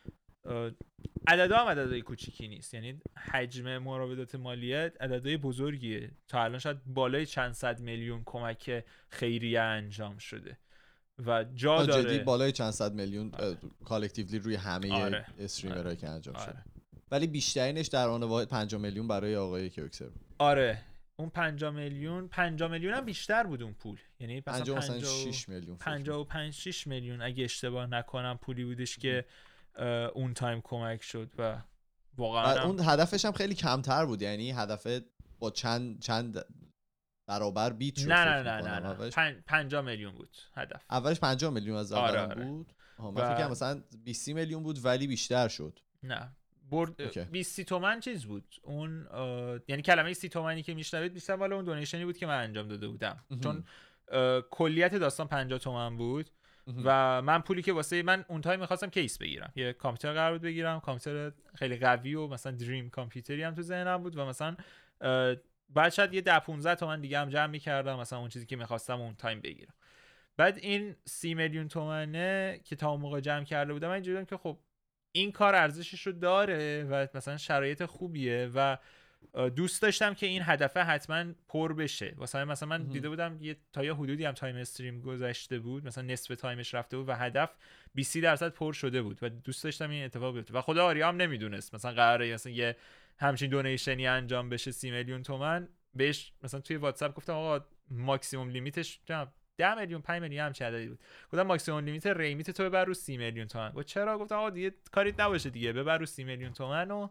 عددا هم عددهای کوچیکی نیست، یعنی حجم مراودات مالیه عددهای بزرگیه، تا الان شاید بالای چند صد میلیون کمک خیریه انجام شده و جا داره جدی بالای چند صد میلیون کالکتیولی روی همه استریمرهایی که انجام شده. ولی بیشترینش در آن واحد 5 میلیون برای آقای کیوکسر. اون 5 میلیون هم بیشتر بود اون پول، یعنی مثلا 56 میلیون 55-6 میلیون اگه اشتباه نکنم پولی بودش که اون تایم کمک شد و واقعا اون هدفش هم خیلی کمتر بود، یعنی هدف با چند برابر بیت شد. نه 5 میلیون بود هدف. اولش 5 میلیون از اول بود. من فکر کنم مثلا 20 میلیون بود ولی بیشتر شد. نه برد 20 تومن چیز بود اون، یعنی کلمه 30 تومنی که میشنوید بیشتر مال اون دونیشنی بود که من انجام داده بودم چون کلیت داستان 50 تومن بود و من پولی که واسه من اون تایم می‌خواستم کیس بگیرم، یه کامپیوتر قرار بود بگیرم، کامپیوتر خیلی قوی و مثلا دریم کامپیوتری هم تو ذهنم بود و مثلا بعد شاید یه 10-15 تومن دیگه هم جمع می‌کردم مثلا اون چیزی که می‌خواستم اون تایم بگیرم. بعد این 30 میلیون تومنه که تا اون موقع جمع کرده بودم من اینجوری بودم که خب این کار ارزشش رو داره و مثلا شرایط خوبیه و دوست داشتم که این هدف حتما پر بشه. واسه مثلا من دیده بودم تا یه حدودی هم تایم استریم گذشته بود، مثلا نصف تایمش رفته بود و هدف 20% پر شده بود و دوست داشتم این اتفاق بیفته و خدا آریا هم نمیدونست مثلا قراره مثلا یه همچین دونیشنی انجام بشه 30 میلیون تومان. بهش مثلا توی واتساپ گفتم آقا ماکسیمم لیمیتش 10 میلیون 5 میلیون هم چه عددی بود، گفتم ماکسیمم لیمیت ریمیت تو ببر رو 30 میلیون تومان. گفت چرا؟ گفتم آقا دیگه کاریت نباشه دیگه ببر رو 30 میلیون تومان و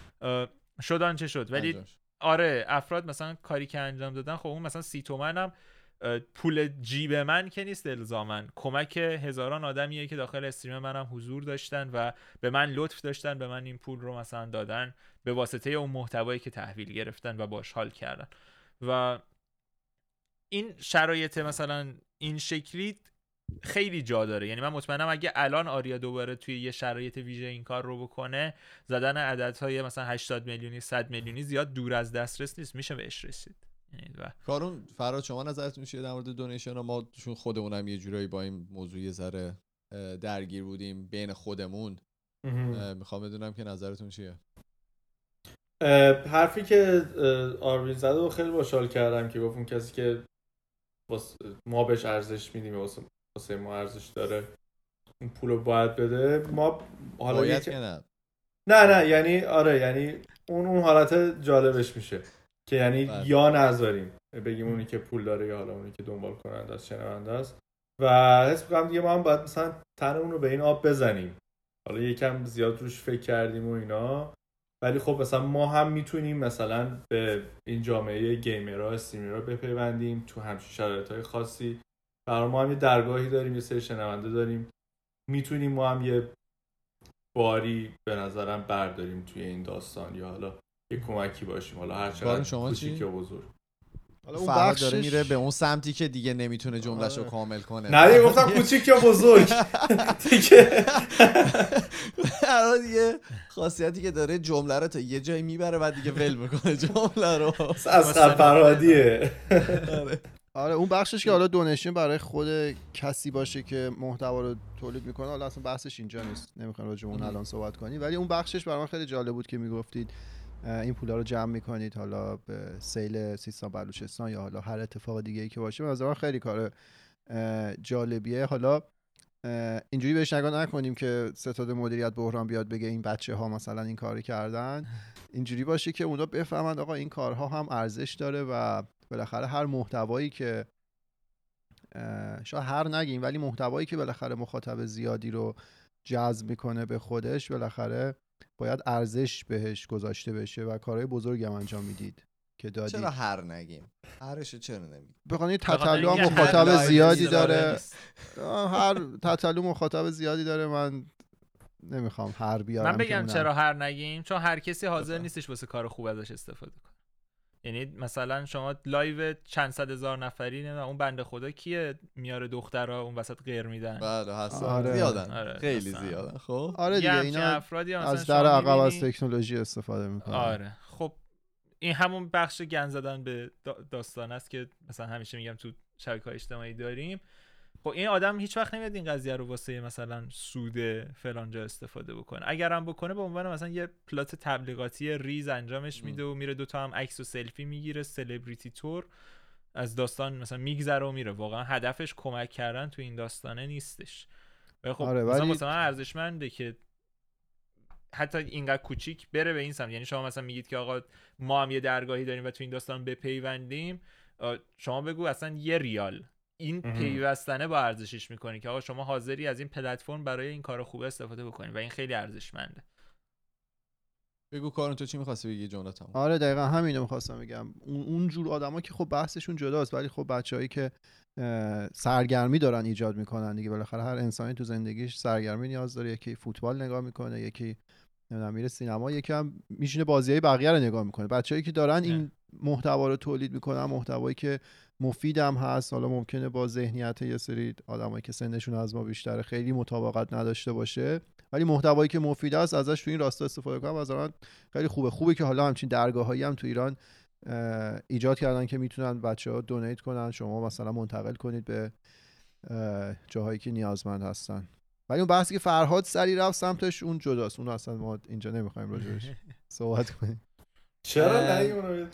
شدن چه شد. ولی آره افراد مثلا کاری که انجام دادن خب اون مثلا 30 تومن هم پول جیب من که نیست الزامن، کمک هزاران آدمیه که داخل استریم منم حضور داشتن و به من لطف داشتن، به من این پول رو مثلا دادن به واسطه اون محتوایی که تحویل گرفتن و باش حال کردن و این شرایط مثلا این شکلی خیلی جا داره. یعنی من مطمئنم اگه الان آریا دوباره توی یه شرایط ویژه این کار رو بکنه، زدن عددهای مثلا 80 میلیونی 100 میلیونی زیاد دور از دسترس نیست، میشه بهش رسید. کارون فراد شما نظرتون چیه در مورد دونیشن؟ ما چون خودمونم یه جورایی با این موضوع یه ذره درگیر بودیم بین خودمون، میخوام بدونم که نظرتون چیه. حرفی که آروین زده و خیلی باحال کردم که گفت اون کسی که ما بهش ارزش میدیم واسه ما ارزش داره اون پولو باید بده. ما حالا باید که نه یعنی آره، یعنی اون حالت جالبش میشه که یعنی یا نذاریم بگیم اونی که پول داره یا حالا اونی که دنبال کننده است شنونده است و حس می‌کنم دیگه ما هم باید مثلا تنمون رو به این آب بزنیم. حالا یکم زیاد روش فکر کردیم و اینا، ولی خب مثلا ما هم میتونیم مثلا به این جامعه گیمرها استریمرها بپیوندیم تو همچین شرایط‌های خاصی. برای ما هم یه درگاهی داریم، یه سری شنونده داریم، میتونیم ما هم یه باری به نظرم برداریم توی این داستان یا حالا یه کمکی باشیم، حالا هر چقدر کوچیک یا بزرگ. حالا اون فراد داره میره به اون سمتی که دیگه نمیتونه جمله‌شو کامل کنه. نه گفتم کوچیک یا بزرگ دیگه. دیگه خاصیتی که داره جمله رو تا یه جایی میبره بعد دیگه ول میکنه جمله رو. از فرهادیه. آره اون بخشش که حالا دونیشن برای خود کسی باشه که محتوا رو تولید میکنه، حالا اصلا بحثش اینجا نیست، نمیخوام راجع به اون الان صحبت کنی، ولی اون بخشش برای من خیلی جالب بود که میگفتید این پولا رو جمع میکنید حالا به سیل سیستان بلوچستان یا حالا هر اتفاق دیگه ای که باشه. مثلا خیلی کار جالبیه. حالا اینجوری بهش نگاه نکنیم که ستاد مدیریت بحران بیاد بگه این بچه ها مثلا این کاری کردن. اینجوری باشه که اونا بفهمند آقا این کارها هم ارزش داره و بالاخره هر محتوایی که شاید هر نگیم ولی محتوایی که بالاخره مخاطب زیادی رو جذب میکنه به خودش بالاخره باید ارزش بهش گذاشته بشه و کارهای بزرگی هم انجام میدید که دادید. چرا هر نگیم؟ هرشو چرا نمیگیم؟ بخوان تتلو هم مخاطب زیادی داره. هر تتلو مخاطب زیادی داره. من نمیخوام هر بیارم. من بگم چرا هر نگیم، چون هر کسی حاضر نیستش واسه کار خوب ازش استفاده کنه. یعنی مثلا شما لایو چند صد هزار نفری نه اون بنده خدا کیه میاره دخترها اون وسط غیر میدن. بله هستن. آره. زیادن. آره. خیلی هستن. زیادن. خب آره دیگه اینا افرادی از در عقب از تکنولوژی استفاده میکنن. آره خب این همون بخش گند زدن به داستان است که مثلا همیشه میگم تو شبکه‌های اجتماعی داریم. خب این آدم هیچ وقت نمیاد این قضیه رو واسه مثلا سود فلانجا استفاده بکنه. اگر هم بکنه به عنوان مثلا یه پلات تبلیغاتی ریز انجامش میده و میره دوتا هم عکس و سلفی میگیره، سلبریتی تور از داستان مثلا میگذره و میره. واقعا هدفش کمک کردن تو این داستانه نیستش. خب آره مثلا ولی واسه من ارزشمنده که حتی اینقدر کوچیک بره به این سمت. یعنی شما مثلا میگید که آقا ما هم یه درگاهی داریم و تو این داستان بپیوندیم، شما بگو اصلا یه ریال این پیوستنه با ارزشش میکنی که آقا شما حاضری از این پلتفرم برای این کار خوبه استفاده بکنی و این خیلی ارزشمنده. بگو کارون تو چی می‌خواستی بگی جمله تمام؟ آره دقیقاً همینو می‌خواستم بگم. اون جور آدما که خب بحثشون جداست ولی خب بچه‌هایی که سرگرمی دارن ایجاد میکنن دیگه. بالاخره هر انسانی تو زندگیش سرگرمی نیاز داره. یکی فوتبال نگاه میکنه، یکی نمیدونم میره سینما، یکی هم میشینه بازیای بقیه رو نگاه میکنه. بچه‌هایی که دارن این محتوا رو تولید میکنن، محتوایی که مفید هم هست، حالا ممکنه با ذهنیت یه سری آدمایی که سنشون از ما بیشتره خیلی مطابقت نداشته باشه، ولی محتوایی که مفید است ازش تو این راستا استفاده کنم مثلا خیلی خوبه که حالا همچین درگاهایی هم تو ایران ایجاد کردن که میتونن بچه‌ها دونیت کنن، شما مثلا منتقل کنید به جاهایی که نیازمند هستن. ولی اون بحثی که فرهاد سری رفت سمتش اون جداست، اون اصلا ما اینجا نمیخوایم راجعش صحبت کنیم. چرا نگیم؟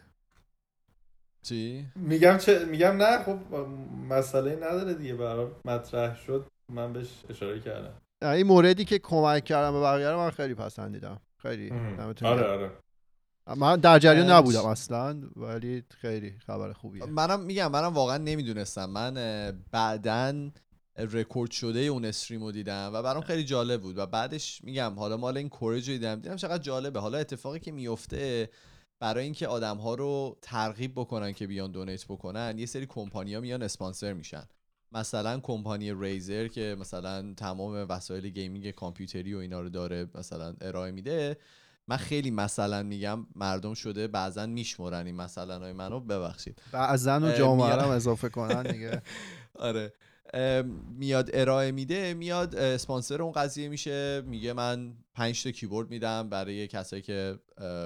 چی؟ میگم نه خب مسئله نداره دیگه، برای مطرح شد من بهش اشاره کردم. این موردی که کمک کردم به بقیه رو من خیلی پسندیدم. خیلی آره من در جریان نبودم اصلا ولی خیلی خبر خوبیه. منم واقعا نمیدونستم. من بعدن رکورد شده اون استریمو دیدم و برام خیلی جالب بود و بعدش میگم حالا مال این کورج دیدم چقدر جالبه. حالا اتفاقی که میفته برای اینکه آدم‌ها رو ترغیب بکنن که بیان دونیت بکنن، یه سری کمپانی‌ها میان اسپانسر میشن. مثلا کمپانی ریزر که مثلا تمام وسایل گیمینگ کامپیوتری و اینا رو داره مثلا ارائه میده. من خیلی مثلا میگم مردم شده بعضن میشمرن این مثلا های منو، ببخشید بعضن و جامعه هم اضافه کنن دیگه. آره میاد ارائه میده، میاد اسپانسر اون قضیه میشه، میگه من 5 تا کیبورد میدم برای کسایی که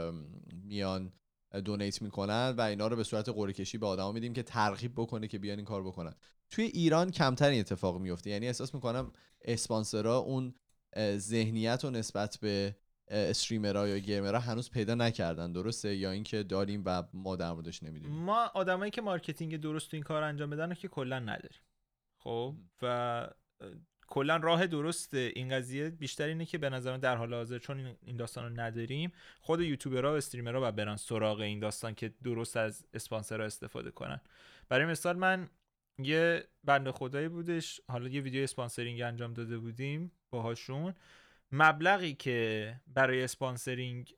میان دونیت میکنن و اینا رو به صورت قرعه کشی به آدما میدیم که ترغیب بکنه که بیان این کار بکنن. توی ایران کمتر این اتفاق میفته. یعنی احساس میکنم اسپانسرها اون ذهنیت رو نسبت به استریمرها یا گیمرها هنوز پیدا نکردن. درسته یا اینکه داریم و ما در موردش نمیدونیم؟ ما آدمایی که مارکتینگ درست تو این کار انجام بدن که کلا نداریم. خب و کلا راه درست این قضیه بیشتر اینه که به نظر من در حال حاضر چون این داستان رو نداریم، خود یوتیوبرها و استریمرها باید برن سراغ این داستان که درست از اسپانسرها استفاده کنن. برای مثال من یه بنده خدایی بودش، حالا یه ویدیو اسپانسرینگ انجام داده بودیم باهاشون. مبلغی که برای اسپانسرینگ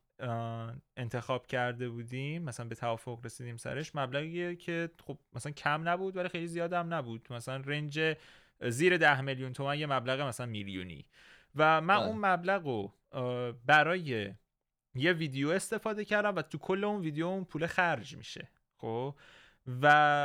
انتخاب کرده بودیم مثلا به توافق رسیدیم سرش، مبلغیه که خب مثلا کم نبود ولی خیلی زیاد هم نبود، مثلا رنج زیر 10 میلیون تومان، یه مبلغ مثلا میلیونی. و من اون مبلغ رو برای یه ویدیو استفاده کردم و تو کل اون ویدیو اون پول خرج میشه. خب و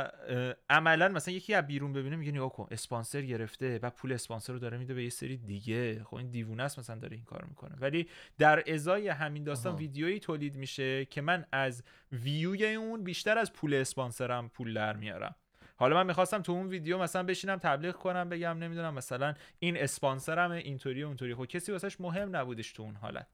عملا مثلا یکی از بیرون ببینه میگه نگاه کن اسپانسر گرفته و پول اسپانسر رو داره میده به یه سری دیگه، خب این دیوونه است مثلا داره این کارو میکنه. ولی در ازای همین داستان ویدیویی تولید میشه که من از ویوی اون بیشتر از پول اسپانسرم پول در میارم. حالا من میخواستم تو اون ویدیو مثلا بشینم تبلیغ کنم بگم نمیدونم مثلا این اسپانسرمه اینطوری اونطوری، خب کسی واسش مهم نبودش تو اون حالت.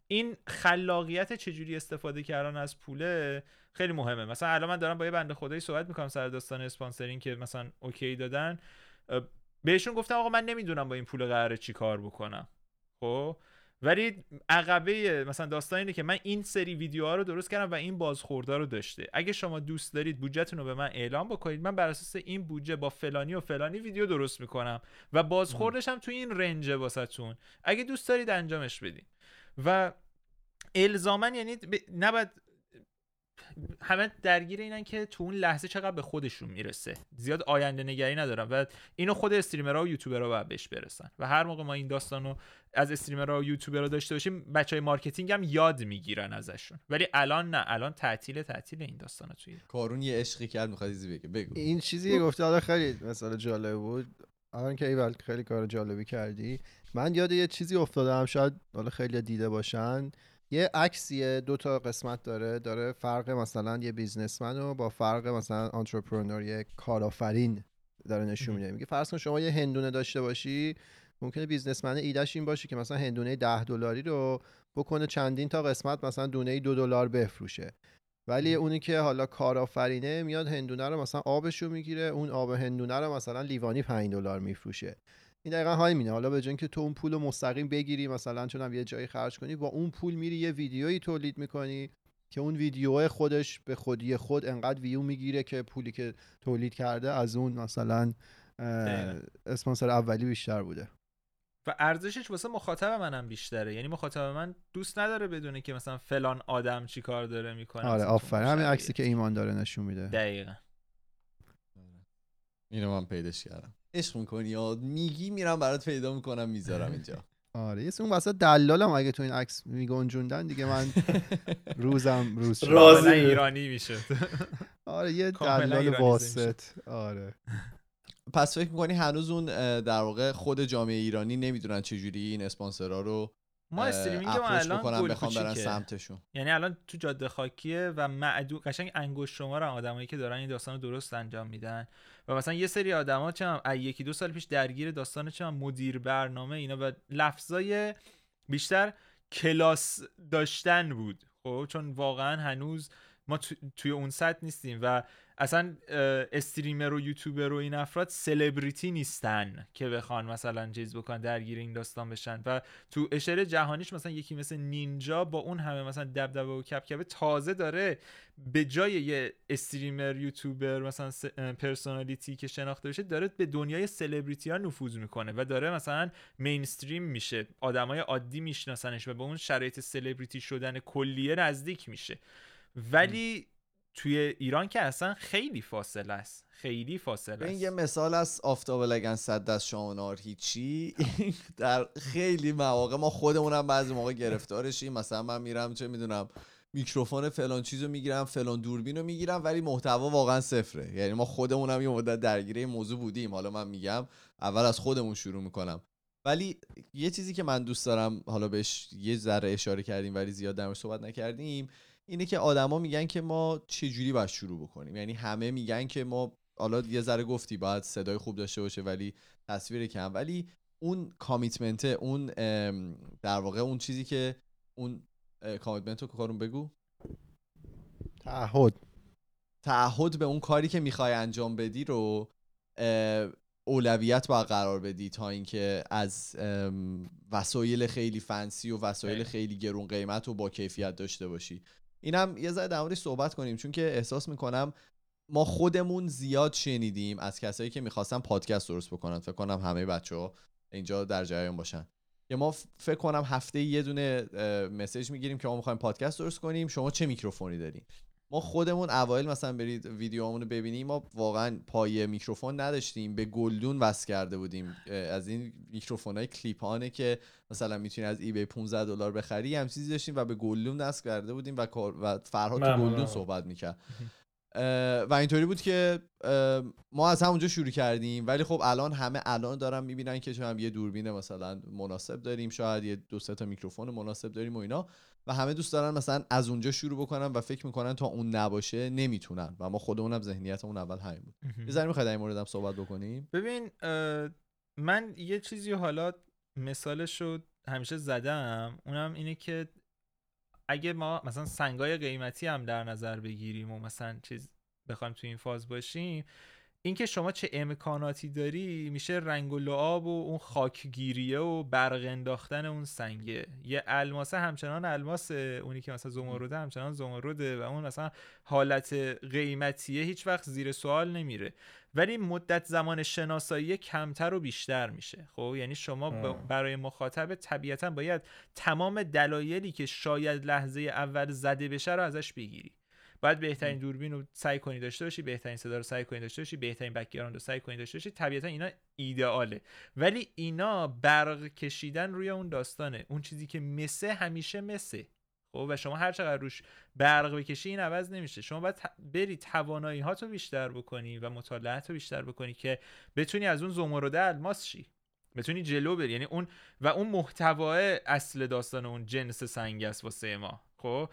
این خلاقیت چجوری استفاده کردن از پوله خیلی مهمه. مثلا الان من دارم با یه بنده خدایی صحبت میکنم سر داستان اسپانسرینگ که مثلا اوکی دادن، بهشون گفتم آقا من نمیدونم با این پول قراره چی کار بکنم، خب ولی عقبه مثلا داستان اینه که من این سری ویدیوها رو درست کردم و این بازخوردار رو داشته. اگه شما دوست دارید بودجهتون رو به من اعلام بکنید، من بر اساس این بودجه با فلانی و فلانی ویدیو درست میکنم و بازخوردش هم تو این رنج واسهتون، اگه دوست دارید انجامش بدین. و الزاما یعنی نباید همه درگیر اینن که تو اون لحظه چقدر به خودشون میرسه، زیاد آینده نگری ندارن و اینو خود استریمرها و یوتیوبرها باید بهش برسن. و هر موقع ما این داستانو از استریمرها و یوتیوبرها داشته باشیم، بچهای مارکتینگ هم یاد میگیرن ازشون. ولی الان نه، الان تعطیل این داستانا توی کارون یه عشقی کرد، میخواد چیزی بگو. این چیزی که گفته حالا خیلی مثلا جالب بود، الان که ایول خیلی کار جالبی کردی. من یاد یه چیزی افتادم، شاید حالا خیلی دیده باشن، یه عکسیه 2 تا قسمت داره فرق مثلا یه بیزنسمن رو با فرق مثلا آنترپرنور، یه کارآفرین داره نشون میده. میگه فرض کن شما یه هندونه داشته باشی، ممکنه بیزنسمن ایدهش این باشه که مثلا هندونه $10 رو بکنه چندین تا قسمت، مثلا دونه $2 بفروشه. ولی اونی که حالا کارآفرینه میاد هندونه رو مثلا آبشو میگیره، اون آب هندونه رو مثلا لیوانی $5 میفروشه. این دقیقاً همینه. حالا به جای اینکه تو اون پولو مستقیم بگیری مثلا چون هم یه جایی خرج کنی، با اون پول میری یه ویدیویی تولید میکنی که اون ویدیو خودش به خودی خود انقدر ویو میگیره که پولی که تولید کرده از اون مثلا اسپانسر اولی بیشتر بوده و ارزشش واسه مخاطب منم بیشتره. یعنی مخاطب من دوست نداره بدونه که مثلا فلان آدم چی کار داره میکنه. آره آفرین، همین عکسی که ایمان داره نشون میده. دقیقاً اینو من پیداش کردم. عشق میکنی یا میگی میرم برات پیدا میکنم میذارم اینجا. آره یه اون واسه دلالم اگه تو این عکس میگنجوندن دیگه من روزم روز شد. راضی ایرانی میشه. آره یه دلال واسط. آره پس فکر میکنی هنوز اون در واقع خود جامعه ایرانی نمیدونن چجوری این اسپانسرها رو ما استریمینگ ما الان بخوام برن سمتشون؟ یعنی الان تو جاده خاکیه و معدود قشنگ انگشت شمار آدمایی که دارن این داستانو درست انجام میدن و مثلا یه سری آدما چم 1-2 سال پیش درگیر داستان چم مدیر برنامه اینا و لفظای بیشتر کلاس داشتن بود. خب چون واقعا هنوز ما توی اون سطح نیستیم و اصلا استریمر و یوتیوبر و این افراد سلبریتی نیستن که بخوان مثلا چیز بکنن درگیر این داستان بشن. و تو اشاره جهانیش مثلا یکی مثل نینجا با اون همه مثلا دبدبه و کبکبه تازه داره به جای یه استریمر یوتیوبر مثلا پرسونالیتی که شناخته بشه داره به دنیای سلبریتی ها نفوذ میکنه و داره مثلا مینستریم میشه، آدمای عادی میشناسنش و به اون شرایط سلبریتی شدن کلیه نزدیک میشه. ولی توی ایران که اصلا خیلی فاصله است، خیلی فاصله است. این یه مثال از آفتاب لگن صد دست شامونار هیچی. در خیلی مواقع ما خودمونم بعضی موقع گرفتارشیم. مثلا من میرم چه میدونم میکروفون فلان چیزو میگیرم، فلان دوربینو میگیرم، ولی محتوا واقعا صفره. یعنی ما خودمونم یه مدت درگیر این موضوع بودیم. حالا من میگم اول از خودمون شروع میکنم. ولی یه چیزی که من دوست دارم، حالا بهش یه ذره اشاره کردیم ولی زیاد درش صحبت نکردیم، اینه که آدما میگن که ما چجوری باید شروع بکنیم. یعنی همه میگن که ما، حالا یه ذره گفتی باید صدای خوب داشته باشه ولی تصویر کم، ولی اون کامیتمنت، اون در واقع اون چیزی که اون کامیتمنت رو کارون بگو، تعهد به اون کاری که میخوای انجام بدی رو اولویت باید قرار بدی تا اینکه از وسایل خیلی فنسی و وسایل خیلی گرون قیمت و با کیفیت داشته باشی. اینم یه ذره در موردش صحبت کنیم، چون که احساس میکنم ما خودمون زیاد شنیدیم از کسایی که میخواستن پادکست درست بکنن. فکر کنم همه بچه‌ها اینجا در جریان باشن که ما فکر کنم هفته یه دونه مسیج میگیریم که ما میخوایم پادکست درست کنیم، شما چه میکروفونی دارین؟ ما خودمون اوایل مثلا برید ویدیوامونو ببینیم، ما واقعا پایه میکروفون نداشتیم، به گلدون وصل کرده بودیم. از این میکروفونای کلیپانه که مثلا میتونی از ایبی $15 بخری، هم چیزی داشتیم و به گلدون وصل کرده بودیم و فرهاد تو گلدون صحبت میکرد و اینطوری بود که ما از همونجا شروع کردیم. ولی خب الان دارن میبینن که چون هم یه دوربین مثلا مناسب داریم، شاید یه 2-3 تا میکروفون مناسب داریم و اینا، و همه دوست دارن مثلا از اونجا شروع بکنن و فکر میکنن تا اون نباشه نمیتونن. و ما خودمونم ذهنیتمون اول همین بود. یه ذره میخواد این موردم صحبت بکنیم. ببین من یه چیزی حالا مثالشو همیشه زدم، اونم اینه که اگه ما مثلا سنگای قیمتی هم در نظر بگیریم و مثلا چیز بخوایم تو این فاز باشیم، اینکه شما چه امکاناتی داری میشه رنگ و لعاب و اون خاکگیریه و برق انداختن اون سنگه. یه الماسه همچنان الماسه، اونی که مثلا زمرده همچنان زمرده و اون مثلا حالت قیمتیه هیچ وقت زیر سوال نمیره، ولی مدت زمان شناسایی کمتر و بیشتر میشه. خب یعنی شما برای مخاطب طبیعتا باید تمام دلایلی که شاید لحظه اول زده بشه رو ازش بگیری. باید بهترین دوربین رو سعی کنی داشته باشی، بهترین صدا رو سعی کنی داشته باشی، بهترین بک‌گراند رو سعی کنی داشته باشی. طبیعتا اینا ایدئاله، ولی اینا برق کشیدن روی اون داستانه. اون چیزی که مسه همیشه مسه. خب و شما هر چقدر روش برق بکشی این عوض نمیشه. شما باید بری توانایی‌هاتو بیشتر بکنی و مطالعاتو بیشتر بکنی که بتونی از اون زمرده الماس شی، بتونی جلو بری. یعنی اون و اون محتوای اصل داستان اون جنس سنگ است واسه ما. خب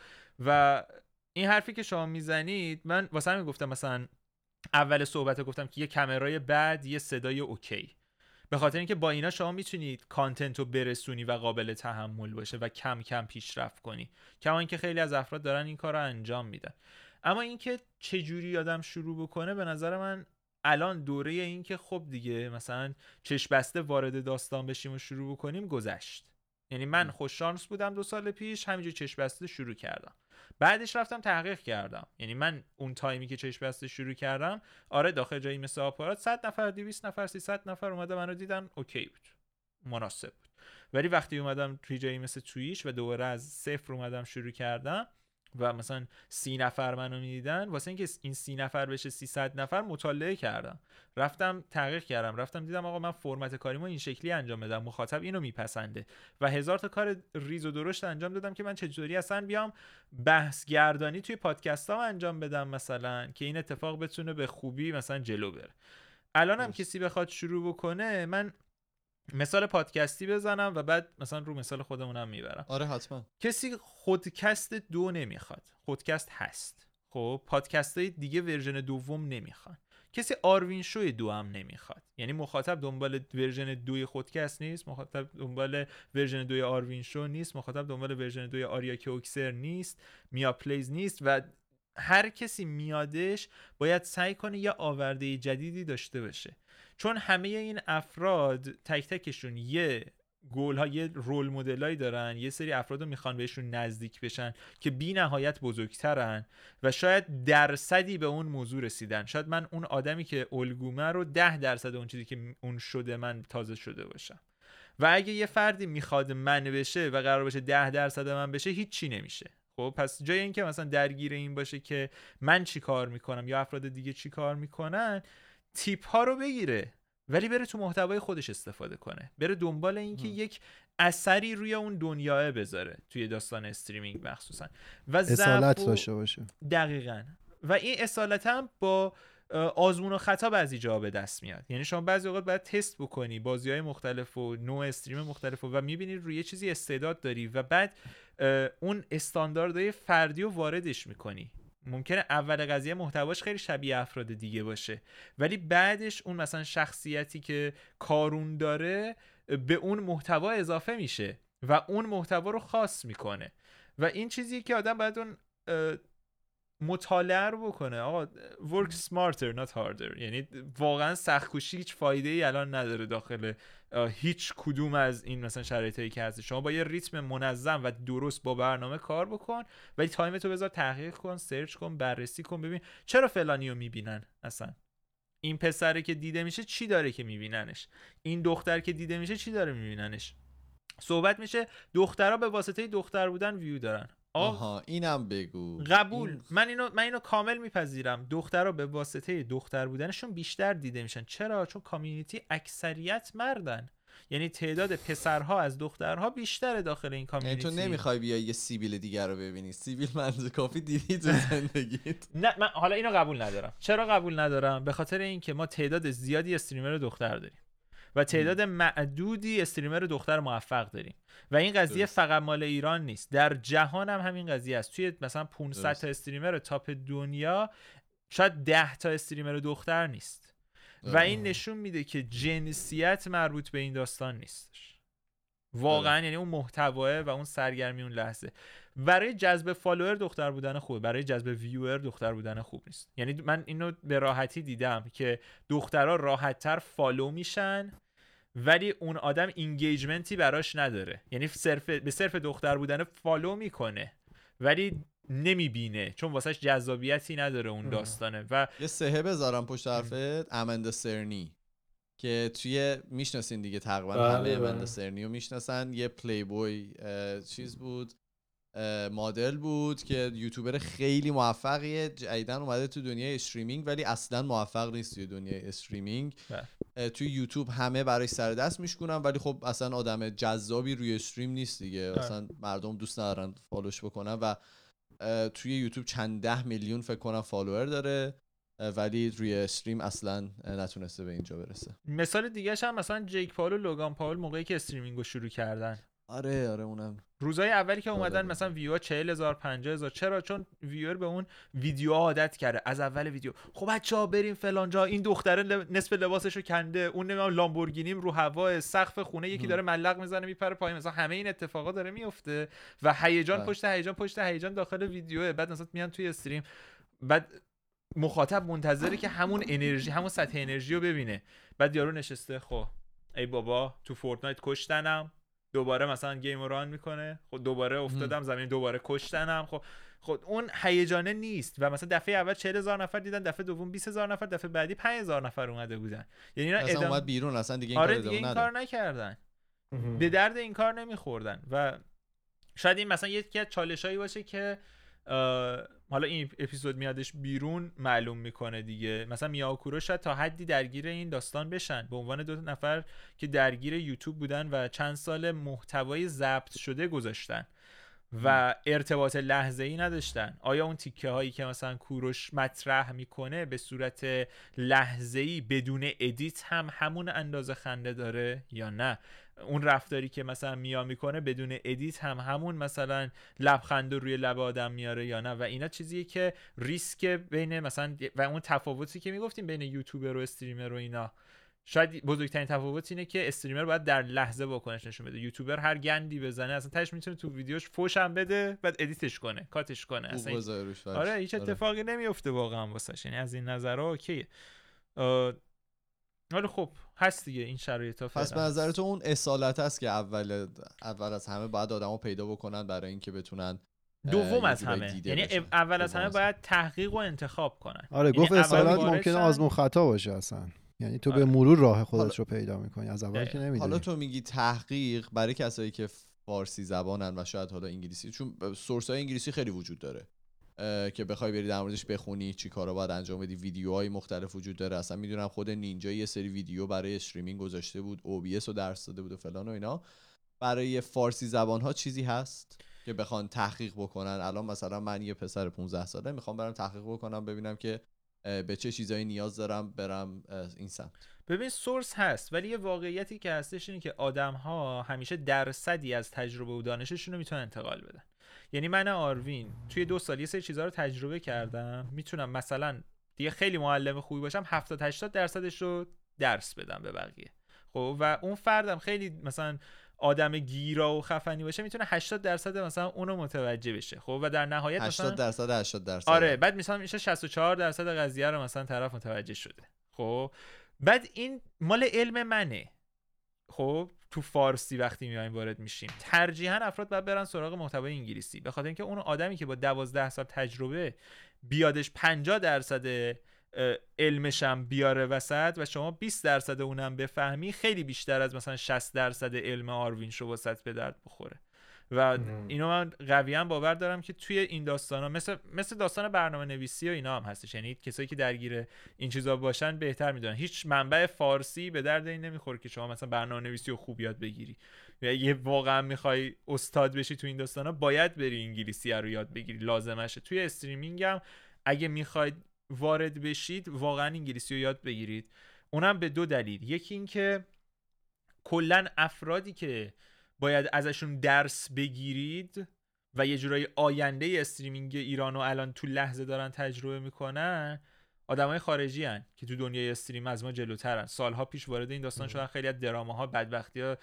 و این حرفی که شما میزنید، من واسه همین گفتم مثلا اول صحبت گفتم که یه کامرای بد یه صدای اوکی، به خاطر اینکه با اینا شما میتونید کانتنت رو برسونی و قابل تحمل باشه و کم کم پیشرفت کنی، کما اینکه خیلی از افراد دارن این کار رو انجام میدن. اما اینکه چجوری آدم شروع بکنه، به نظر من الان دوره این که خب دیگه مثلا چشم بسته وارد داستان بشیم و شروع بکنیم گذشت. یعنی من خوش شانس بودم 2 سال پیش همینجور چشم بسته شروع کردم، بعدش رفتم تحقیق کردم. یعنی من اون تایمی که چشم بسته شروع کردم، آره داخل جایی مثل آپارات 100 نفر 200 نفر 300 نفر اومده منو دیدن، اوکی بود، مناسب بود. ولی وقتی اومدم توی جایی مثل توییش و دوباره از صفر اومدم شروع کردم و مثلا 30 نفر منو میدیدن، واسه اینکه این 30 نفر بشه 300 نفر مطالعه کردم، رفتم تحقیق کردم، رفتم دیدم آقا من فرمت کاریمو این شکلی انجام بدم، مخاطب اینو میپسنده و 1000 تا کار ریز و درشت انجام دادم که من چطوری اصلا بیام بحث گردانی توی پادکستام انجام بدم مثلا که این اتفاق بتونه به خوبی مثلا جلو بره. الانم کسی بخواد شروع بکنه، من مثال پادکستی بزنم و بعد مثلا رو مثال خودمونم میبرم. آره حتما. کسی خودکست 2 نمیخواد، خودکست هست. خب پادکست های دیگه ورژن 2 نمیخوان. کسی آروین شو 2 هم نمیخواد. یعنی مخاطب دنبال ورژن 2 خودکست نیست، مخاطب دنبال ورژن 2 آروین شو نیست، مخاطب دنبال ورژن 2 آریا کوکسر نیست، میا پلیز نیست و هر کسی میادش باید سعی کنه یه آورده جدیدی داشته باشه، چون همه این افراد تک تکشون یه گول ها، یه رول مدلایی دارن، یه سری افرادو میخوان بهشون نزدیک بشن که بی نهایت بزرگترن و شاید درصدی به اون موضوع رسیدن. شاید من اون آدمی که الگومه رو 10% اون چیزی که اون شده من تازه شده باشم و اگه یه فردی میخواد من بشه و قرار باشه 10% من بشه، هیچ چی نمیشه. خب پس جای این که مثلا درگیر این باشه که من چی کار میکنم یا افراد دیگه چی کار میکنن، تیپ ها رو بگیره ولی بره تو محتوای خودش استفاده کنه، بره دنبال این که یک اثری روی اون دنیاه بذاره توی داستان استریمینگ مخصوصا و اصالت داشته باشه. دقیقاً. و این اصالت هم با آزمون و خطا بعضی جا به دست میاد. یعنی شما بعضی اوقات باید تست بکنی بازی‌های مختلف و نوع استریم مختلف و میبینی روی یه چیزی استعداد داری و بعد اون استانداردهای فردی رو واردش میکنی. ممکنه اول قضیه محتواش خیلی شبیه افراد دیگه باشه ولی بعدش اون مثلا شخصیتی که کارون داره به اون محتوا اضافه میشه و اون محتوا رو خاص میکنه و این چیزی که آدم باید اون مطالعه رو بکنه. آقا work smarter not harder، یعنی واقعا سخت‌کوشی هیچ فایده ای الان نداره داخل هیچ کدوم از این مثلا شرایطی که هست. شما با یه ریتم منظم و درست با برنامه کار بکن ولی تایمتو بذار تحقیق کن، سرچ کن، بررسی کن، ببین چرا فلانیو میبینن، اصلا این پسره که دیده میشه چی داره که میبیننش، این دختر که دیده میشه چی داره میبیننش. صحبت میشه دخترها به واسطه دختر بودن ویو دارن. آها اینم بگو. قبول. من اینو کامل میپذیرم. دخترها به واسطه دختر بودنشون بیشتر دیده میشن. چرا؟ چون کامیونیتی اکثریت مردن، یعنی تعداد پسرها از دخترها بیشتره داخل این کامیونیتی. تو نمیخوای بیای یه سیبیل دیگر رو ببینی؟ سیبیل منظور کافی دیدی تو زندگیت. نه من حالا اینو قبول ندارم. چرا قبول ندارم؟ به خاطر اینکه ما تعداد زیادی استریمر دختر داریم و تعداد معدودی استریمر دختر موفق داریم و این قضیه فقط مال ایران نیست، در جهان هم همین قضیه است. توی مثلا 500 تا استریمر تاپ دنیا شاید 10 تا استریمر دختر نیست و این نشون میده که جنسیت مربوط به این داستان نیستش واقعا. یعنی اون محتواه و اون سرگرمی اون لحظه برای جذب فالوور دختر بودن خوبه، برای جذب ویور دختر بودن خوب نیست. یعنی من اینو به راحتی دیدم که دخترها راحت‌تر فالو میشن ولی اون آدم اینگیجمنتی براش نداره، یعنی به صرف دختر بودن فالو میکنه ولی نمیبینه چون واسهش جذابیتی نداره اون داستانه. و یه سهه بذارم پشت حرفت، اماندا سرنی که توی میشناسین دیگه تقریبا همه اماندا سرنی رو میشناسن، یه پلی بوی چیز بود، مدل بود که یوتیوبر خیلی موفقیه، جدیدن اومده تو دنیای استریمینگ ولی اصلا موفق نیست توی دنیای استریمینگ. توی یوتیوب همه برای سر دست میشکنن ولی خب اصلا آدم جذابی روی استریم نیست دیگه، اصلا مردم دوست ندارن فالوش بکنن و توی یوتیوب چند 10 میلیون فکر کنم فالوور داره ولی روی استریم اصلا نتونسته به اینجا برسه. مثال دیگه هم مثلا جیک پال و لوگان پاول موقعی که استریمینگو شروع کردن، آره اونم روزای اولی که اومدن مثلا ویوها 40,000 50,000. چرا؟ چون ویور به اون ویدیو عادت کرده از اول ویدیو. خب بچه‌ها بریم فلان جا، این دختره نصف لباسشو کنده، اون نمیدونم لامبورگینیم رو هوا سقف خونه یکی داره ملق میزنه میپره پایین، مثلا همه این اتفاقا داره میفته و هیجان پشت هیجان داخل ویدیوه. بعد مثلا میان توی استریم، بعد مخاطب منتظره که همون انرژی، همون سطح انرژی رو ببینه. بعد یارو نشسته، خب ای بابا تو فورتنایت کشتنم، دوباره مثلا گیم ران میکنه، خب دوباره افتادم زمین، دوباره کشتنم. خب اون هیجانه نیست. و مثلا دفعه اول 40,000 نفر دیدن، دفعه دوم 20,000 نفر، دفعه بعدی 5,000 نفر اومده بودن. یعنی اینا اصلا اومد بیرون، اصلا دیگه این کار نکردن، به درد این کار نمیخوردن. و شاید این مثلا یکی از چالشایی باشه که حالا این اپیزود میادش بیرون معلوم میکنه دیگه. مثلا میا و کوروش شاید تا حدی درگیر این داستان بشن به عنوان 2 نفر که درگیر یوتیوب بودن و چند سال محتوای ضبط شده گذاشتن و ارتباط لحظه‌ای نداشتن. آیا اون تیکه هایی که مثلا کوروش مطرح میکنه به صورت لحظه‌ای بدون ادیت هم همون اندازه خنده داره یا نه؟ اون رفتاری که مثلا میا میکنه بدون ادیت هم همون مثلا لبخند روی لب آدم میاره یا نه؟ و اینا چیزیه که ریسک بین مثلا و اون تفاوتی که میگفتیم بین یوتیوبر و استریمر و اینا، شاید بزرگترین تفاوت اینه که استریمر باید در لحظه واکنش نشون بده، یوتیوبر هر گندی بزنه اصلا تاش میتونه تو ویدیوش فوش هم بده بعد ادیتش کنه، کاتش کنه، اصلا آره هیچ اتفاقی نمیفته واقعا واسش. یعنی از این نظرها اوکیه. آره خب هست دیگه این شرایطا. پس به نظر تو اون اصالت است که اول از همه باید آدمو پیدا بکنن برای اینکه بتونن، دوم از همه، یعنی اول از همه باید تحقیق و انتخاب کنن. آره گفت اصالت ممکنه آزمون خطا باشه اصلا، یعنی تو به مرور راه خودت رو پیدا میکنی، از اول که نمیدونی. حالا تو میگی تحقیق برای کسایی که فارسی زبانن و شاید حالا انگلیسی، چون سورس‌های انگلیسی خیلی وجود داره که بخوای بری در موردش بخونی چی کارا باید انجام بدی، ویدیوهای مختلف وجود داره. اصلا میدونم خود نینجا یه سری ویدیو برای استریمینگ گذاشته بود، OBS رو درس داده بود و فلان و اینا. برای فارسی زبان ها چیزی هست که بخوان تحقیق بکنن؟ الان مثلا من یه پسر 15 ساله میخوام برم تحقیق بکنم ببینم که به چه چیزایی نیاز دارم برم این سمت. ببین سورس هست، ولی یه واقعیتی که هستش اینه که آدم‌ها همیشه درصدی از تجربه و دانششون رو میتونن انتقال بدن. یعنی من آروین توی 2 سال یه سری چیزا رو تجربه کردم، میتونم مثلا دیگه خیلی معلم خوبی باشم 70-80 درصدش رو درس بدم به بقیه. خب و اون فردم خیلی مثلا آدم گیرا و خفنی باشه میتونه 80 درصد مثلا اونو متوجه بشه. خب و در نهایت 80 درصد 80 درصد آره بعد مثلا میشه 64 درصد قضیه رو مثلا طرف متوجه شده. خب بعد این مال علم منه. خب تو فارسی وقتی میایم وارد میشیم ترجیحاً افراد باید برن سراغ محتوای انگلیسی، به خاطر اینکه اون آدمی که با 12 سال تجربه بیادش 50 درصد علمش هم بیاره وسط و شما 20 درصد اونم بفهمی، خیلی بیشتر از مثلا 60 درصد علم آروین شو وسط به درد بخوره. و اینو من قویاً باور دارم که توی این داستانا مثل داستان برنامه نویسی و اینا هم هستش. یعنی کسایی که درگیر این چیزا باشن بهتر میدونن هیچ منبع فارسی به درد این نمیخوره که شما مثلا برنامه نویسی رو خوب یاد بگیری. یه واقعا میخوای استاد بشی تو این داستانا باید بری انگلیسی رو یاد بگیری، لازمشه. توی استریمینگ هم اگه میخواید وارد بشید واقعا انگلیسی رو یاد بگیرید. اونم به 2 دلیل. یکی این که کلا افرادی که باید ازشون درس بگیرید و یه جورایی آینده استریمینگ ایرانو الان تو لحظه دارن تجربه میکنن، آدمای خارجی هن که تو دنیای استریم از ما جلوترن، سالها پیش وارد این داستان شدن، خیلی از دراماها بدبختی‌ها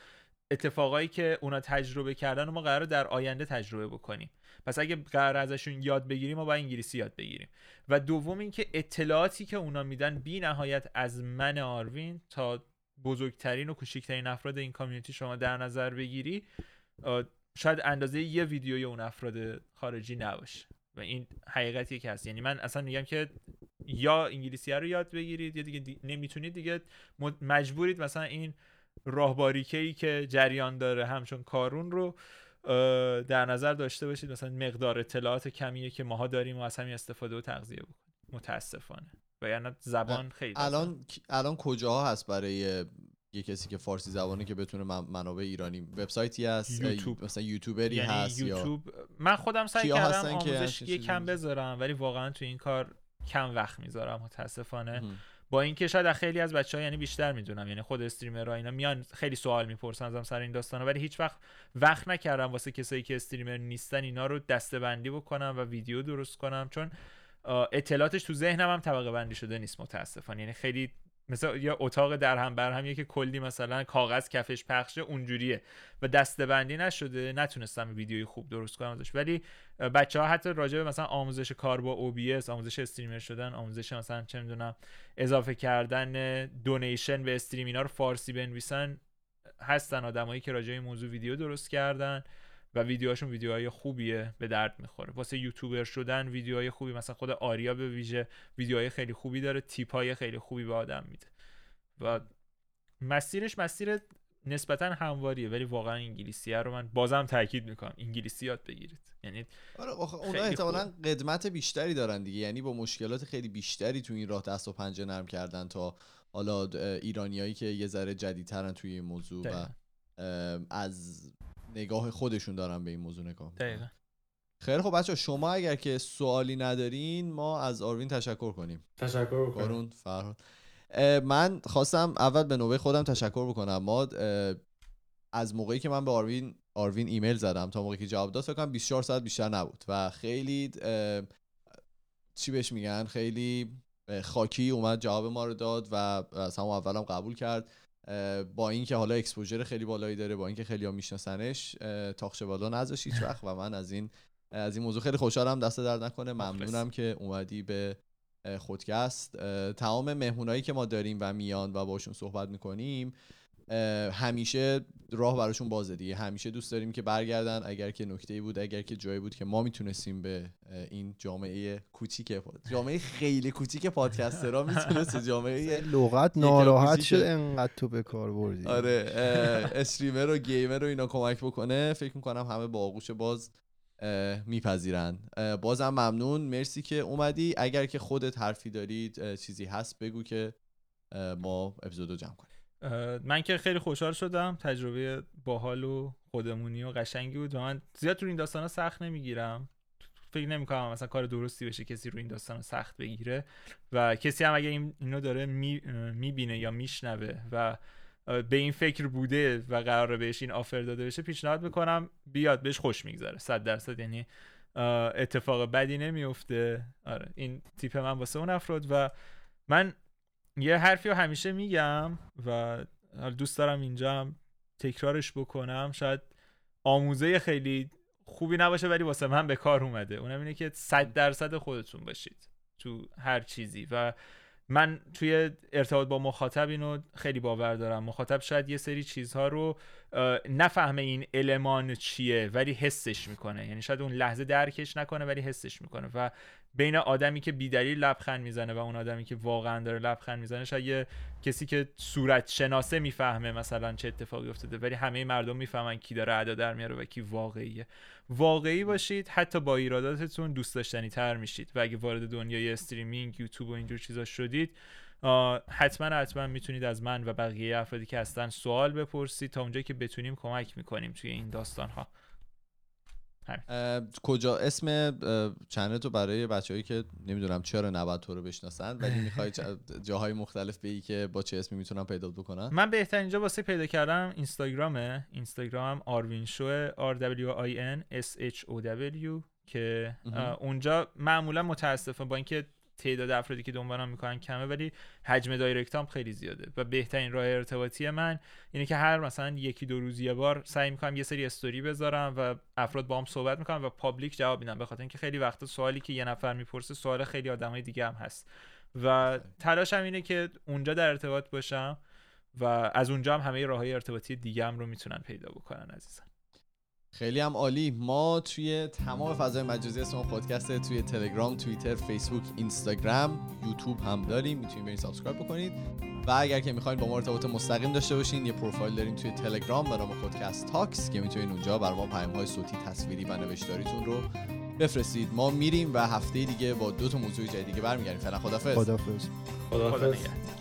اتفاقایی که اونا تجربه کردن و ما قراره در آینده تجربه بکنیم. پس اگه قراره ازشون یاد بگیریم ما باید انگلیسی یاد بگیریم. و دوم این که اطلاعاتی که اونا میدن بی نهایت از من آروین تا بزرگترین و کوچکترین افراد این کامیونیتی شما در نظر بگیری شاید اندازه یه ویدیوی اون افراد خارجی نباشه و این حقیقتیه که هست. یعنی من اصلا میگم که یا انگلیسی رو یاد بگیرید یا دیگه نمیتونید دیگه مجبورید مثلا این راهباریکه‌ای که جریان داره همچون کارون رو در نظر داشته باشید، مثلا مقدار اطلاعات کمیه که ماها داریم و از همین استفاده و تغذیه بکنیم متاسفانه. و یعنی زبان خیلی الان کجاها هست برای یه کسی که فارسی زبانه که بتونه منابع ایرانی؟ وبسایتی هست یوتیوب. مثلا یوتیوبری یعنی هست یوتیوب من خودم سعی کردم آموزش یکم بذارم ولی واقعا تو این کار کم وقت میذارم متاسفانه. با اینکه شاید خیلی از بچه‌ها یعنی بیشتر میدونم، یعنی خود استریمرها اینا میان خیلی سوال میپرسن ازم سر این داستانا، ولی هیچ وقت نکردم واسه کسایی که استریمر نیستن اینا رو دسته‌بندی بکنم و ویدیو درست کنم، چون اطلاعاتش تو ذهنم هم طبقه بندی شده نیست متاسفانه. یعنی خیلی مثلا یا اتاق در هم بر همیه که کلی مثلا کاغذ کفش پخشه اونجوریه و دسته‌بندی نشده، نتونستم ویدیوی خوب درست کنم ازش. ولی بچه‌ها حتی راجع به مثلا آموزش کار با OBS، آموزش استریمر شدن، آموزش مثلا چه میدونم اضافه کردن دونیشن به استریم اینا رو فارسی بنویسن هستن آدمایی که راجع به این موضوع ویدیو درست کردن و ویدیوهاشون ویدیوهای خوبیه، به درد میخوره. واسه یوتیوبر شدن ویدیوهای خوبی، مثلا خود آریا به ویژه ویدیوهای خیلی خوبی داره، تیپای خیلی خوبی به آدم میده و مسیر نسبتا همواریه. ولی واقعا انگلیسی رو من بازم تاکید میکنم انگلیسی یاد بگیرید. یعنی اونا احتمالاً قدمت بیشتری دارن دیگه، یعنی با مشکلات خیلی بیشتری تو این راه دست و پنجه نرم کردن تا حالا ایرانیایی که یه ذره جدیدترن توی این موضوع و از نگاه خودشون دارن به این موضوع نگاه میکنن. خیلی خب بچه‌ها، شما اگر که سوالی ندارین ما از آروین تشکر کنیم. تشکر بکنم. کارون فرهاد. من خواستم اول به نوبه خودم تشکر بکنم. ما از موقعی که من به آروین ایمیل زدم تا موقعی که جواب داد فکر کنم 24 ساعت بیشتر نبود و خیلی چی بهش میگن خیلی خاکی اومد جواب ما رو داد و از همون اولم قبول کرد. با اینکه حالا اکسپوژر خیلی بالایی داره، با اینکه خیلی‌ها میشناسنش، تاخچه بالا نذاشت هیچ وقت و من از این موضوع خیلی خوشحالم. دست درد نکنه. ممنونم که اومدی به خودکست. تمام مهمونایی که ما داریم و میان و باشون صحبت میکنیم همیشه راه براشون بازه دیگه. همیشه دوست داریم که برگردن اگر که نکته‌ای بود، اگر که جایی بود که ما میتونستیم به این جامعه خیلی کوچیک پادکسترها میتونست جامعه لغت ناراحت شد انقدر تو به کار بردی. آره استریمر و گیمر رو اینا کمک بکنه. فکر میکنم همه با آغوش باز میپذیرن. بازم ممنون، مرسی که اومدی. اگر که خودت حرفی دارید چیزی هست بگو که ما اپیزودو جمع کنیم. من که خیلی خوشحال شدم، تجربه باحال و خودمونی و قشنگی بود و من زیاد رو این داستانا سخت نمیگیرم. فکر نمی‌کنم مثلا کار درستی بشه کسی رو این داستانا سخت بگیره و کسی هم اگه اینو داره میبینه یا میشنوه و به این فکر بوده و قراره بهش این آفر داده بشه، پیشنهاد میکنم بیاد، بهش خوش میگذره 100%. یعنی اتفاق بدی نمیفته. آره این تیپ من واسه اون افراد. و من یه حرفی رو همیشه میگم و دوست دارم اینجا هم تکرارش بکنم، شاید آموزه خیلی خوبی نباشه ولی واسه من به کار اومده. اونم اینه که 100% خودتون باشید تو هر چیزی. و من توی ارتباط با مخاطب اینو خیلی باور دارم. مخاطب شاید یه سری چیزها رو نفهمه این المان چیه ولی حسش میکنه. یعنی شاید اون لحظه درکش نکنه ولی حسش میکنه. و بین آدمی که بی‌دلیل لبخند میزنه و اون آدمی که واقعا داره لبخند میزنه، شاید یه کسی که صورت شناسه میفهمه مثلا چه اتفاقی افتاده، ولی همه مردم میفهمن کی داره ادا در میاره و کی واقعیه. واقعی باشید، حتی با ایراداتتون دوست داشتنی تر میشید. و اگه وارد دنیای استریمینگ، یوتیوب و اینجور چیزا شدید، حتما میتونید از من و بقیه افرادی که هستن سوال بپرسید. تا اونجایی که بتونیم کمک میکنیم توی این داستان ها. کجا اسم چنل تو برای بچه‌هایی که نمیدونم چرا نباید تو رو بشناسن ولی میخوای جاهای مختلف بگی که با چه اسمی میتونن پیدا بکنن؟ من بهترین جا واسه پیدا کردم اینستاگرام آروین شو RWINSHOW که اونجا معمولا متاسفم با اینکه تعداد افرادی که دنبالم میکنن کمه ولی حجم دایرکتام خیلی زیاده و بهترین راه ارتباطی من اینه که هر مثلا 1-2 روز یه بار سعی میکنم یه سری استوری بذارم و افراد باهام صحبت میکنن و پابلیک جواب میدم، به خاطر اینکه خیلی وقتا سوالی که یه نفر میپرسه سوال خیلی آدمای دیگه هم هست و تلاشم اینه که اونجا در ارتباط باشم و از اونجا هم همه راههای ارتباطی دیگه هم رو میتونن پیدا بکنن عزیزان. خیلی هم عالی. ما توی تمام فضای مجازی اسم پادکست، توی تلگرام، توییتر، فیسبوک، اینستاگرام، یوتیوب هم داریم، میتونید برید سابسکرایب بکنید و اگر که میخواین با ما ارتباط مستقیم داشته باشین یه پروفایل داریم توی تلگرام به نام پادکست تاکس که میتونید اونجا برای ما پیام‌های صوتی، تصویری و نوشتاریتون رو بفرستید. ما میریم و هفته دیگه با 2 تا موضوع جدید دیگه برمیگردیم. فعلا خدافظ. خدافظ. خداحافظ.